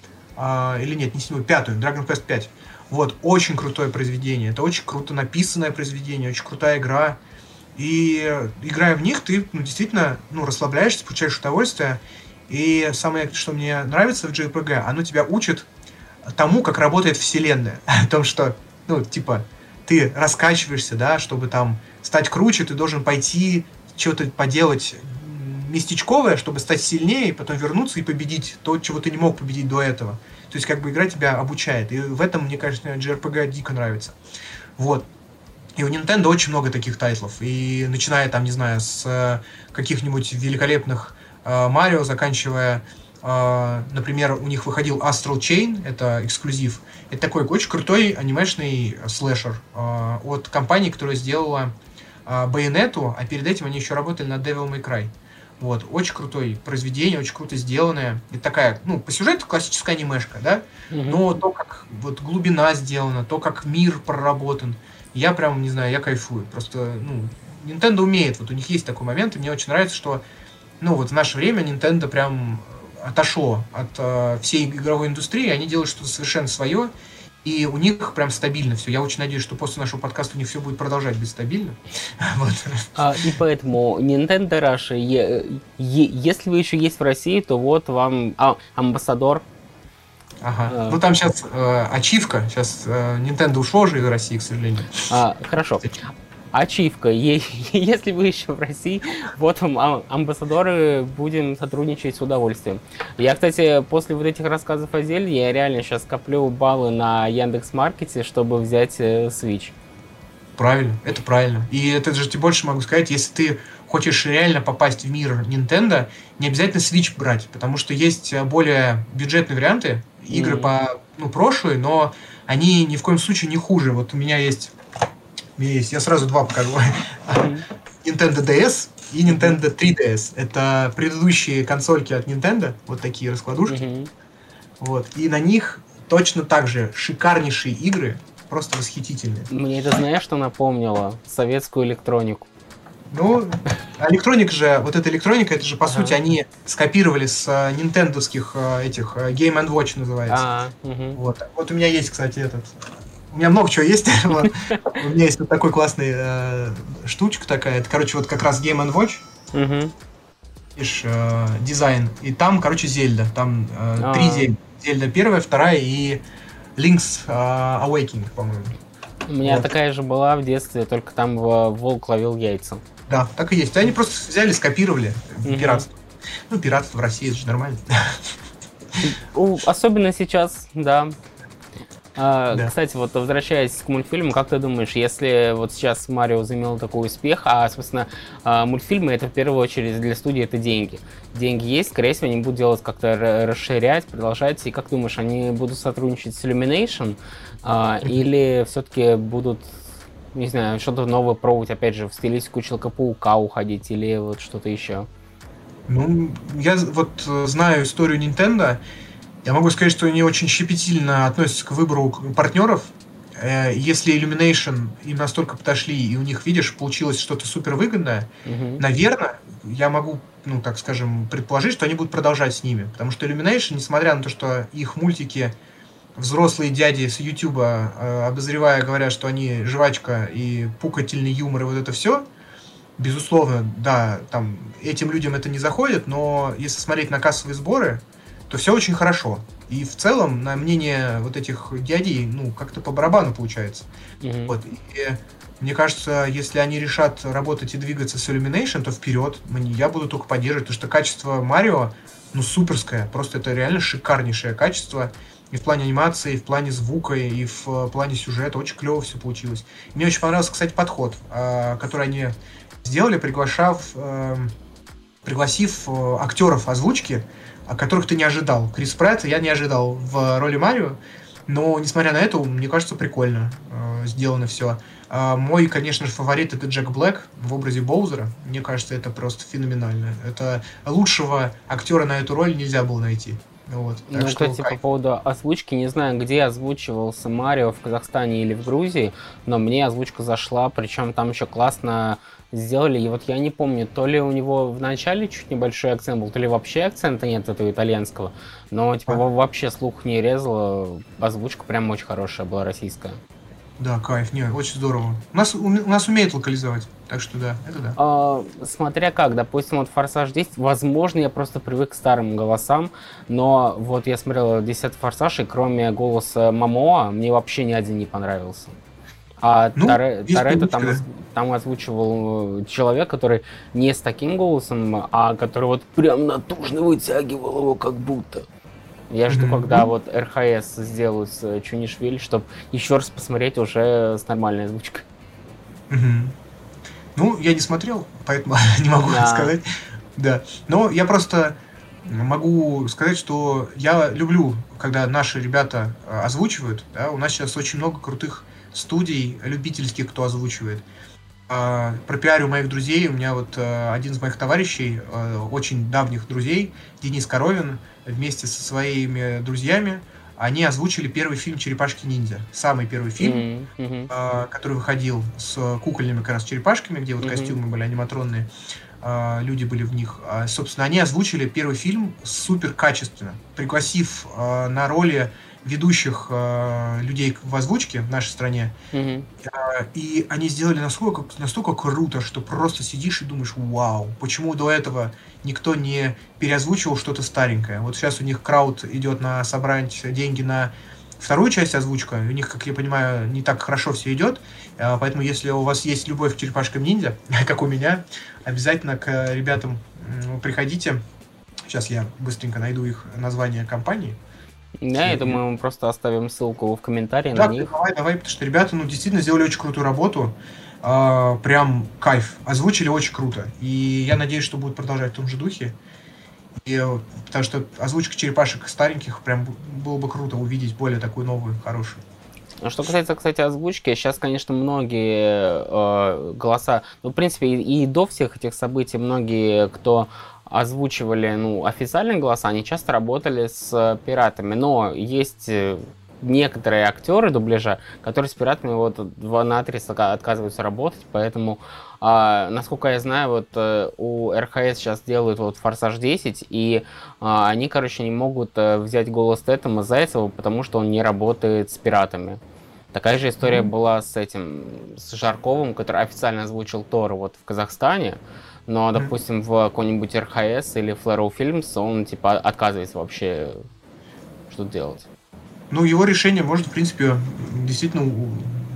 или нет, не 7-ю, 5-ю, Dragon Quest 5. Вот, очень крутое произведение. Это очень круто написанное произведение, очень крутая игра. И играя в них, ты, ну, действительно, ну, расслабляешься, получаешь удовольствие. И самое, что мне нравится в JRPG, оно тебя учит тому, как работает вселенная. О том, что, ну, типа, ты раскачиваешься, да, чтобы там стать круче, ты должен пойти что-то поделать местечковое, чтобы стать сильнее, и потом вернуться и победить то, чего ты не мог победить до этого. То есть, как бы, игра тебя обучает. И в этом, мне кажется, JRPG дико нравится. Вот. И у Nintendo очень много таких тайтлов. И начиная, там, не знаю, с каких-нибудь великолепных Марио, заканчивая, например, у них выходил Astral Chain, это эксклюзив. Это такой очень крутой анимешный слэшер от компании, которая сделала Bayonetta, а перед этим они еще работали над Devil May Cry. Вот, очень крутое произведение, очень круто сделанное. Это такая, ну, по сюжету классическая анимешка, да? Но то, как вот глубина сделана, то, как мир проработан, я прям, не знаю, я кайфую. Просто, ну, Nintendo умеет, вот у них есть такой момент, и мне очень нравится, что, ну, вот в наше время Nintendo прям отошло от всей игровой индустрии, они делают что-то совершенно свое, и у них прям стабильно все. Я очень надеюсь, что после нашего подкаста у них все будет продолжать быть стабильно. Вот.
И поэтому Nintendo Russia, если вы еще есть в России, то вот вам амбассадор.
Ага. Ну там сейчас ачивка. Сейчас Nintendo ушел же из России, к сожалению.
Хорошо. Ачивка. Если вы еще в России, вот вам амбассадоры, будем сотрудничать с удовольствием. Я, кстати, после вот этих рассказов о Зельде, я реально сейчас коплю баллы на Яндекс.Маркете, чтобы взять Switch.
Правильно, это правильно. И это же тебе больше могу сказать, если ты хочешь реально попасть в мир Nintendo, не обязательно Switch брать, потому что есть более бюджетные варианты, игры по, ну, прошлые, но они ни в коем случае не хуже. Вот у меня есть, я сразу два покажу. Nintendo DS и Nintendo 3DS. Это предыдущие консольки от Nintendo, вот такие раскладушки. Вот. И на них точно так же шикарнейшие игры, просто восхитительные.
Мне это, знаешь, что напомнило? Советскую электронику.
Ну, электроника же, вот эта электроника, это же, по сути, они скопировали с нинтендовских этих, Game & Watch называется. Вот у меня есть, кстати, этот... У меня много чего есть. У меня есть вот такой классный штучка такая. Это, короче, вот как раз Game & Watch. Видишь, дизайн. И там, короче, Зельда. Там 3 Зельда. Зельда первая, вторая и Link's Awakening, по-моему.
У меня такая же была в детстве, только там волк ловил яйца.
Да, так и есть. Они просто взяли, скопировали пиратство. Ну, пиратство в России, это же нормально.
Особенно сейчас, да.
Да.
Кстати, вот возвращаясь к мультфильму, как ты думаешь, если вот сейчас Марио возымел такой успех, собственно, мультфильмы это в первую очередь для студии это деньги. Деньги есть, скорее всего, они будут делать как-то расширять, продолжать. И как думаешь, они будут сотрудничать с Illumination или все-таки будут, не знаю, что-то новое пробовать, опять же, в стилистику Человека-паука уходить или вот что-то еще?
Ну, я вот знаю историю Nintendo. Я могу сказать, что они очень щепетильно относятся к выбору партнеров. Если Illumination им настолько подошли, и у них, видишь, получилось что-то супер выгодное, наверное, я могу, ну, так скажем, предположить, что они будут продолжать с ними. Потому что Illumination, несмотря на то, что их мультики взрослые дяди с Ютуба, обозревая, говорят, что они жвачка и пукательный юмор и вот это все, безусловно, да, там этим людям это не заходит, но если смотреть на кассовые сборы, то все очень хорошо. И в целом, на мнение вот этих дядей, ну, как-то по барабану получается. Вот. И мне кажется, если они решат работать и двигаться с Illumination, то вперед. Я буду только поддерживать, потому что качество Марио, ну, суперское. Просто это реально шикарнейшее качество. И в плане анимации, и в плане звука, и в плане сюжета. Очень клево все получилось. Мне очень понравился, кстати, подход, который они сделали, пригласив актеров озвучки, которых ты не ожидал. Крис Пратт я не ожидал в роли Марио, но, несмотря на это, мне кажется, прикольно сделано все. Мой, конечно же, фаворит — это Джек Блэк в образе Боузера. Мне кажется, это просто феноменально. Это лучшего актера на эту роль нельзя было найти. Вот.
Ну, кстати, по поводу озвучки, не знаю, где озвучивался Марио, в Казахстане или в Грузии, но мне озвучка зашла, причем там еще классно сделали. И вот я не помню, то ли у него в начале чуть небольшой акцент был, то ли вообще акцента нет этого итальянского, но типа вообще слух не резало, озвучка прям очень хорошая была, российская.
Да, кайф, не, очень здорово. У нас умеют локализовать, так что да, это да.
Смотря как, допустим, вот «Форсаж 10», возможно, я просто привык к старым голосам, но вот я смотрел 10-й «Форсаж», и кроме голоса Момоа, мне вообще ни один не понравился. Торетто там озвучивал человек, который не с таким голосом, а который вот прям натужно вытягивал его как будто. Я жду, когда вот РХС сделают с Чунишвили, чтобы еще раз посмотреть уже с нормальной озвучкой.
Ну, я не смотрел, поэтому не могу сказать. Да. Но я просто могу сказать, что я люблю, когда наши ребята озвучивают. Да? У нас сейчас очень много крутых студий любительских, кто озвучивает. Пропиарю моих друзей. У меня вот один из моих товарищей, очень давних друзей, Денис Коровин, вместе со своими друзьями, они озвучили первый фильм «Черепашки-ниндзя». Самый первый фильм, который выходил с кукольными как раз черепашками, где вот костюмы были аниматронные, люди были в них. Собственно, они озвучили первый фильм супер качественно, пригласив на роли ведущих людей в озвучке в нашей стране. И они сделали настолько круто, что просто сидишь и думаешь: вау, почему до этого никто не переозвучивал что-то старенькое. Вот сейчас у них крауд идет на собрать деньги на вторую часть озвучка. У них, как я понимаю, не так хорошо все идет. Поэтому, если у вас есть любовь к черепашкам-ниндзя, как у меня, обязательно к ребятам приходите. Сейчас я быстренько найду их название компании.
Да, я думаю, мы просто оставим ссылку в комментарии на них.
Давай, потому что ребята, действительно сделали очень крутую работу. Прям кайф. Озвучили очень круто. И я надеюсь, что будут продолжать в том же духе. Потому что озвучка черепашек стареньких прям было бы круто увидеть более такую новую, хорошую.
Что касается, кстати, озвучки, сейчас, конечно, многие голоса, в принципе, и до всех этих событий многие, кто озвучивали, официальные голоса, они часто работали с пиратами, но есть некоторые актеры дубляжа, которые с пиратами наотрез отказываются работать, поэтому, насколько я знаю, у РХС сейчас делают «Форсаж 10», и они, не могут взять голос Тетама Зайцева, потому что он не работает с пиратами. Такая же история была с Жарковым, который официально озвучил Тора в Казахстане, но, допустим, в какой-нибудь РХС или Flarrow Films он, отказывается вообще что делать.
Его решение может, в принципе, действительно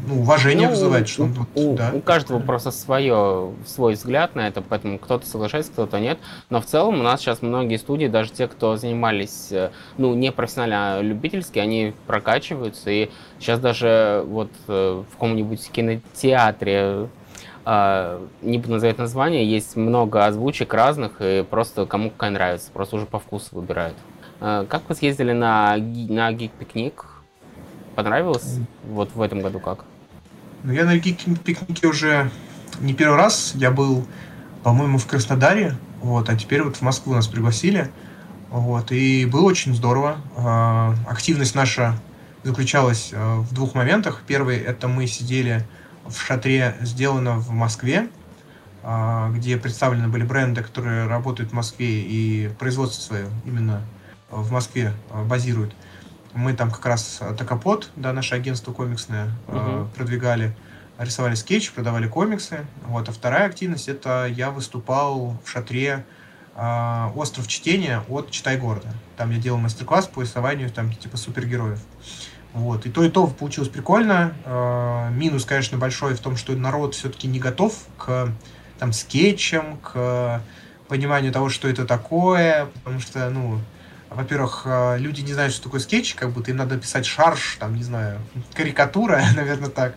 уважение вызывает, что
у каждого просто свой взгляд на это, поэтому кто-то соглашается, кто-то нет. Но в целом у нас сейчас многие студии, даже те, кто занимались, не профессионально, а любительски, они прокачиваются. И сейчас даже вот в каком-нибудь кинотеатре, не буду называть название, есть много озвучек разных, и просто кому какая нравится, просто уже по вкусу выбирают. Как вы съездили на гик-пикник? Понравилось? Вот в этом году как?
Я на гик-пикнике уже не первый раз. Я был, по-моему, в Краснодаре, а теперь вот в Москву нас пригласили. И было очень здорово. Активность наша заключалась в двух моментах. Первый — это мы сидели в шатре, сделано в Москве, где представлены были бренды, которые работают в Москве и производство свое именно в Москве базируют. Мы там как раз Токопод, наше агентство комиксное, продвигали, рисовали скетчи, продавали комиксы. А вторая активность — это я выступал в шатре «Остров чтения» от «Читай города». Там я делал мастер-класс по рисованию там типа супергероев. И то получилось прикольно. Минус, конечно, большой в том, что народ все-таки не готов к скетчам, к пониманию того, что это такое, потому что, во-первых, люди не знают, что такое скетч, как будто им надо писать шарж, карикатура, наверное, так.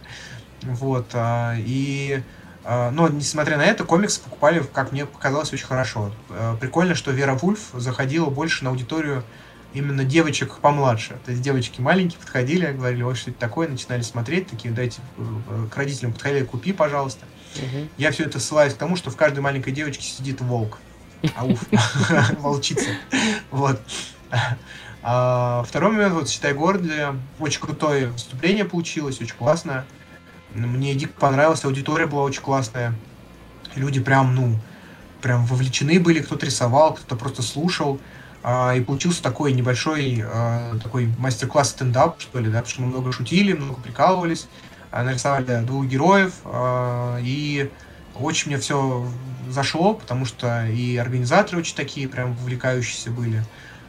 Но, несмотря на это, комиксы покупали, как мне показалось, очень хорошо. Прикольно, что Вера Вульф заходила больше на аудиторию именно девочек помладше. То есть девочки маленькие подходили, говорили, что это такое, начинали смотреть, такие, дайте, к родителям подходили, купи, пожалуйста. Я все это ссылаюсь к тому, что в каждой маленькой девочке сидит волк. Волчица. Второй момент, «Читай города», очень крутое выступление получилось, очень классно. Мне дико понравилось, аудитория была очень классная. Люди прям вовлечены были, кто-то рисовал, кто-то просто слушал. И получился такой небольшой такой мастер-класс стендап, что ли, потому что мы много шутили, много прикалывались, нарисовали двух героев, и очень мне все зашло, потому что и организаторы очень такие прям вовлекающиеся были,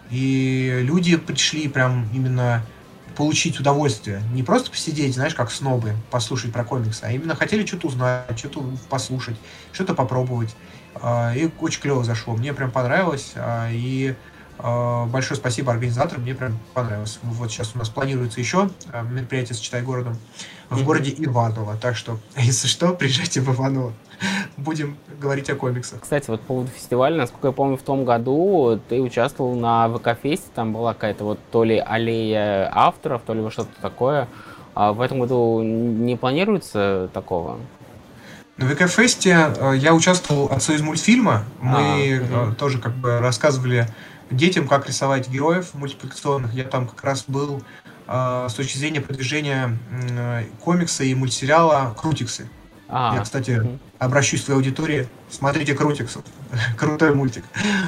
и люди пришли прям именно получить удовольствие, не просто посидеть, знаешь, как снобы, послушать про комиксы, а именно хотели что-то узнать, что-то послушать, что-то попробовать, и очень клево зашло, мне прям понравилось, и большое спасибо организаторам, мне прям понравилось. Сейчас у нас планируется еще мероприятие с «Читай городом» в городе Иваново. Так что, если что, приезжайте в Иваново. Будем говорить о комиксах.
Кстати, по поводу фестиваля, насколько я помню, в том году ты участвовал на ВК-фесте, там была какая-то то ли аллея авторов, то ли что-то такое. А в этом году не планируется такого?
На ВК-фесте я участвовал от Союзмультфильма. Мы тоже рассказывали детям, как рисовать героев мультипликационных. Я там как раз был с точки зрения продвижения комикса и мультсериала «Крутиксы». Я, кстати, обращусь к своей аудитории. Смотрите «Крутиксов». Крутой мультик.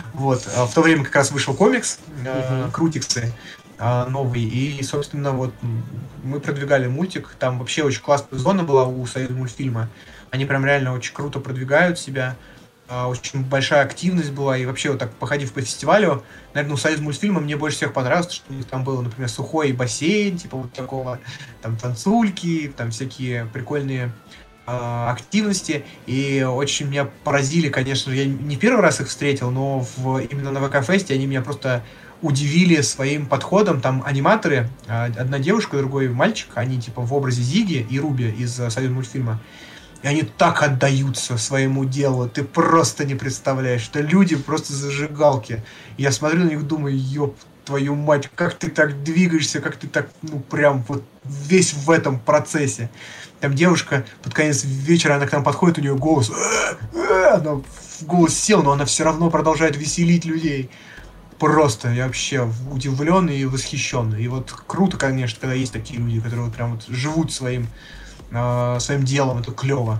В то время как раз вышел комикс «Крутиксы» новый. И, собственно, мы продвигали мультик. Там вообще очень классная зона была у Союзмультфильма. Они прям реально очень круто продвигают себя. Очень большая активность была, и вообще так походив по фестивалю, наверное, у Союзмультфильма мне больше всех понравилось, что у них там было, например, сухой бассейн, типа такого, там танцульки, там всякие прикольные активности, и очень меня поразили, конечно, я не первый раз их встретил, но именно на ВК-фесте они меня просто удивили своим подходом. Там аниматоры, одна девушка, другой мальчик, они типа в образе Зиги и Руби из Союзмультфильма. И они так отдаются своему делу, ты просто не представляешь. Это люди просто зажигалки. И я смотрю на них, думаю, ёб твою мать, как ты так двигаешься, как ты так, прям весь в этом процессе. Там девушка под конец вечера, она к нам подходит, у нее голос, она в голос сел, но она все равно продолжает веселить людей. Просто я вообще удивлен и восхищен. И круто, конечно, когда есть такие люди, которые прям живут своим делом, это клево.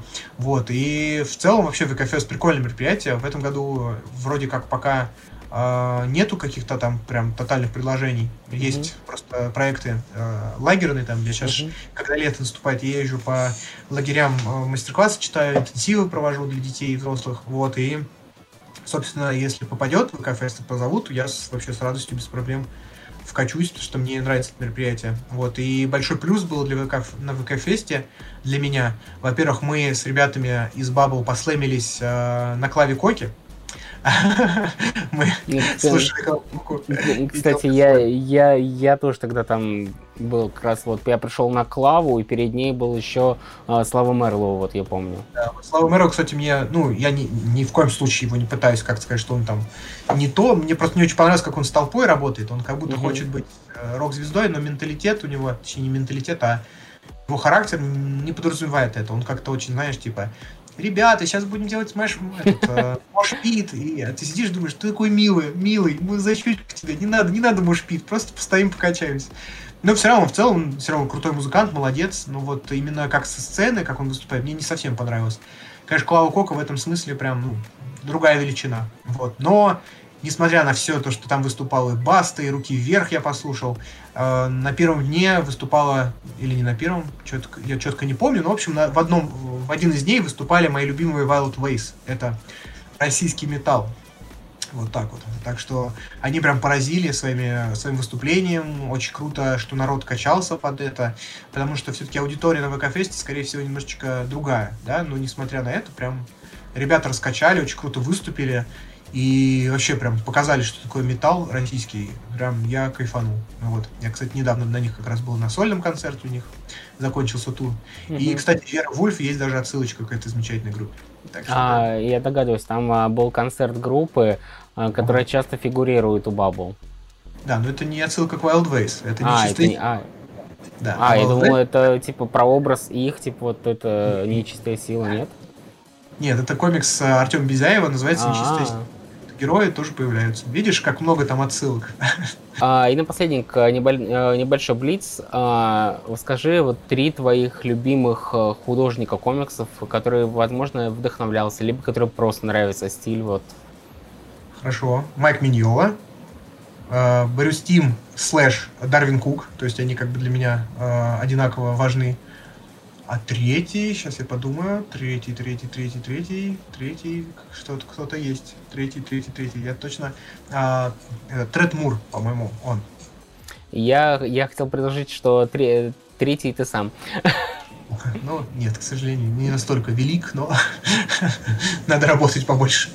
И в целом вообще ВК-фест прикольное мероприятие. В этом году вроде как пока нету каких-то там прям тотальных предложений. Есть просто проекты лагерные, там, я сейчас, когда лето наступает, я езжу по лагерям, мастер-классы читаю, интенсивы провожу для детей и взрослых. И, собственно, если попадет в ВК-фест и позовут, я вообще с радостью, без проблем вкачусь, потому что мне нравится это мероприятие. Вот. И большой плюс был на ВК-фесте для меня. Во-первых, мы с ребятами из Bubble послэмились на Клаве Коке. Мы слушали Клаву Коку.
Кстати, я тоже тогда там был как раз вот, я пришел на Клаву, и перед ней был еще Слава Мерлоу, вот я помню.
Да, Слава Мерлоу, кстати, я ни в коем случае его не пытаюсь как-то сказать, что он там не то. Мне просто не очень понравилось, как он с толпой работает. Он как будто хочет быть рок-звездой, но менталитет у него, точнее не менталитет, а его характер не подразумевает это. Он как-то очень, знаешь, типа, ребята, сейчас будем делать мошпит, и ты сидишь, думаешь, ты такой милый, мы зачем к тебе, не надо мошпит, просто постоим, покачаемся. Но все равно, в целом, все равно крутой музыкант, молодец, но вот именно как со сцены, как он выступает, мне не совсем понравилось. Конечно, Клава Кока в этом смысле прям, другая величина, вот, но несмотря на все то, что там выступал и Баста, и Руки Вверх я послушал, на первом дне выступала, или не на первом, я четко не помню, но, в общем, в один из дней выступали мои любимые Violet Ways. Это российский металл. Вот так вот. Так что они прям поразили своим выступлением. Очень круто, что народ качался под это, потому что все-таки аудитория на ВК-фесте, скорее всего, немножечко другая, да, но несмотря на это, прям ребята раскачали, очень круто выступили. И вообще прям показали, что такое металл российский. Прям я кайфанул. Вот. Я, кстати, недавно на них как раз был на сольном концерте у них. Закончился тур. И, кстати, Вера Вульф, есть даже отсылочка к этой замечательной группе. Так что,
я догадываюсь, там был концерт группы, которая часто фигурирует у Bubble.
Да, но это не отсылка к Wild Ways. Это не чистая...
Да, я думал, это типа про образ их, типа вот это нечистая сила, нет?
Нет, это комикс Артема Безяева, называется «Нечистая сила». Герои тоже появляются. Видишь, как много там отсылок.
И напоследок небольшой блиц. Скажи вот 3 твоих любимых художника комиксов, которые, возможно, вдохновлялся, либо которые просто нравится стиль. Вот.
Хорошо. Майк Миньола, Брюс Тим / Дарвин Кук. То есть они как бы для меня одинаково важны. А третий, сейчас я подумаю, третий, что-то кто-то есть. Третий, я точно... Тред Мур, по-моему, он.
Я хотел предложить, что третий ты сам.
Ну, нет, к сожалению, не настолько велик, но надо работать побольше.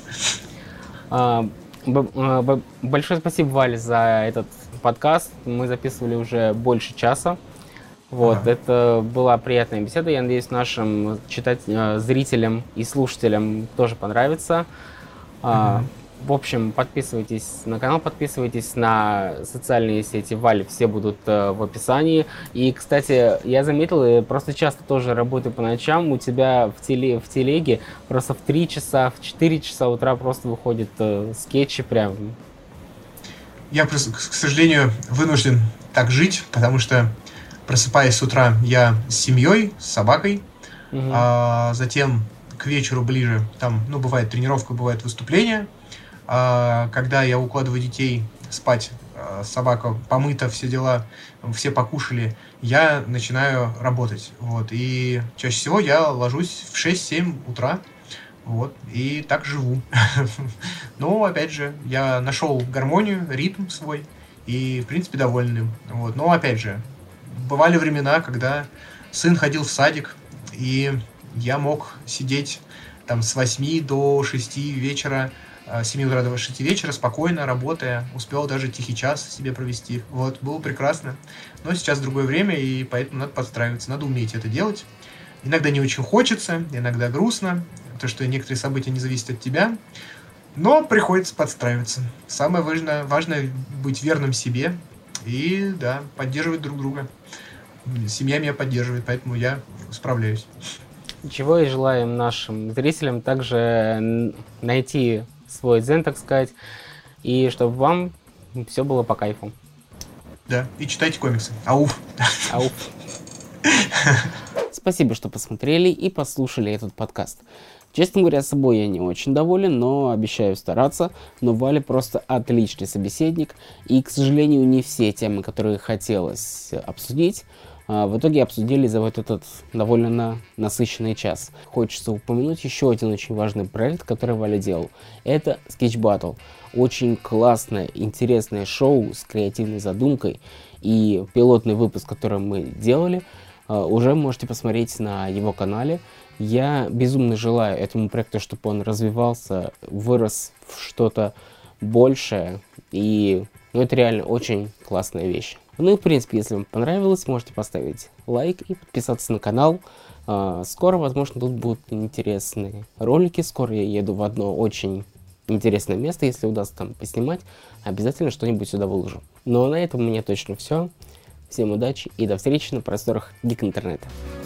Большое спасибо, Валь, за этот подкаст. Мы записывали уже больше часа. Вот, это была приятная беседа. Я надеюсь, нашим зрителям и слушателям тоже понравится. В общем, подписывайтесь на канал, подписывайтесь на социальные сети Вали, все будут в описании. И, кстати, я заметил, просто часто тоже работаю по ночам, у тебя в телеге просто в 3 часа, в 4 часа утра просто выходят скетчи прям.
Я просто, к сожалению, вынужден так жить, потому что просыпаясь с утра, я с семьей, с собакой, а затем к вечеру ближе, там, бывает тренировка, бывает выступление. Когда я укладываю детей спать, собака помыта, все дела, все покушали, я начинаю работать. Вот. И чаще всего я ложусь в 6-7 утра. Вот. И так живу. Но, опять же, я нашел гармонию, ритм свой. И, в принципе, доволен им. Вот. Но, опять же, бывали времена, когда сын ходил в садик, и я мог сидеть там с 8 до 6 вечера, с 7 утра до 6 вечера, спокойно работая, успел даже тихий час себе провести. Вот, было прекрасно. Но сейчас другое время, и поэтому надо подстраиваться, надо уметь это делать. Иногда не очень хочется, иногда грустно, то, что некоторые события не зависят от тебя, но приходится подстраиваться. Самое важное быть верным себе и, да, поддерживать друг друга. Семья меня поддерживает, поэтому я справляюсь.
Чего и желаем нашим зрителям также найти свой дзен, так сказать, и чтобы вам все было по кайфу.
Да, и читайте комиксы. Ауф.
Ауф. Спасибо, что посмотрели и послушали этот подкаст. Честно говоря, собой я не очень доволен, но обещаю стараться. Но Валя просто отличный собеседник. И, к сожалению, не все темы, которые хотелось обсудить, В итоге обсудили за вот этот довольно насыщенный час. Хочется упомянуть еще один очень важный проект, который Валя делал. Это Sketch Battle. Очень классное, интересное шоу с креативной задумкой. И пилотный выпуск, который мы делали, уже можете посмотреть на его канале. Я безумно желаю этому проекту, чтобы он развивался, вырос в что-то большее. И это реально очень классная вещь. Ну и в принципе, если вам понравилось, можете поставить лайк и подписаться на канал. Скоро, возможно, тут будут интересные ролики. Скоро я еду в одно очень интересное место. Если удастся там поснимать, обязательно что-нибудь сюда выложу. Ну а на этом у меня точно все. Всем удачи и до встречи на просторах гик интернета.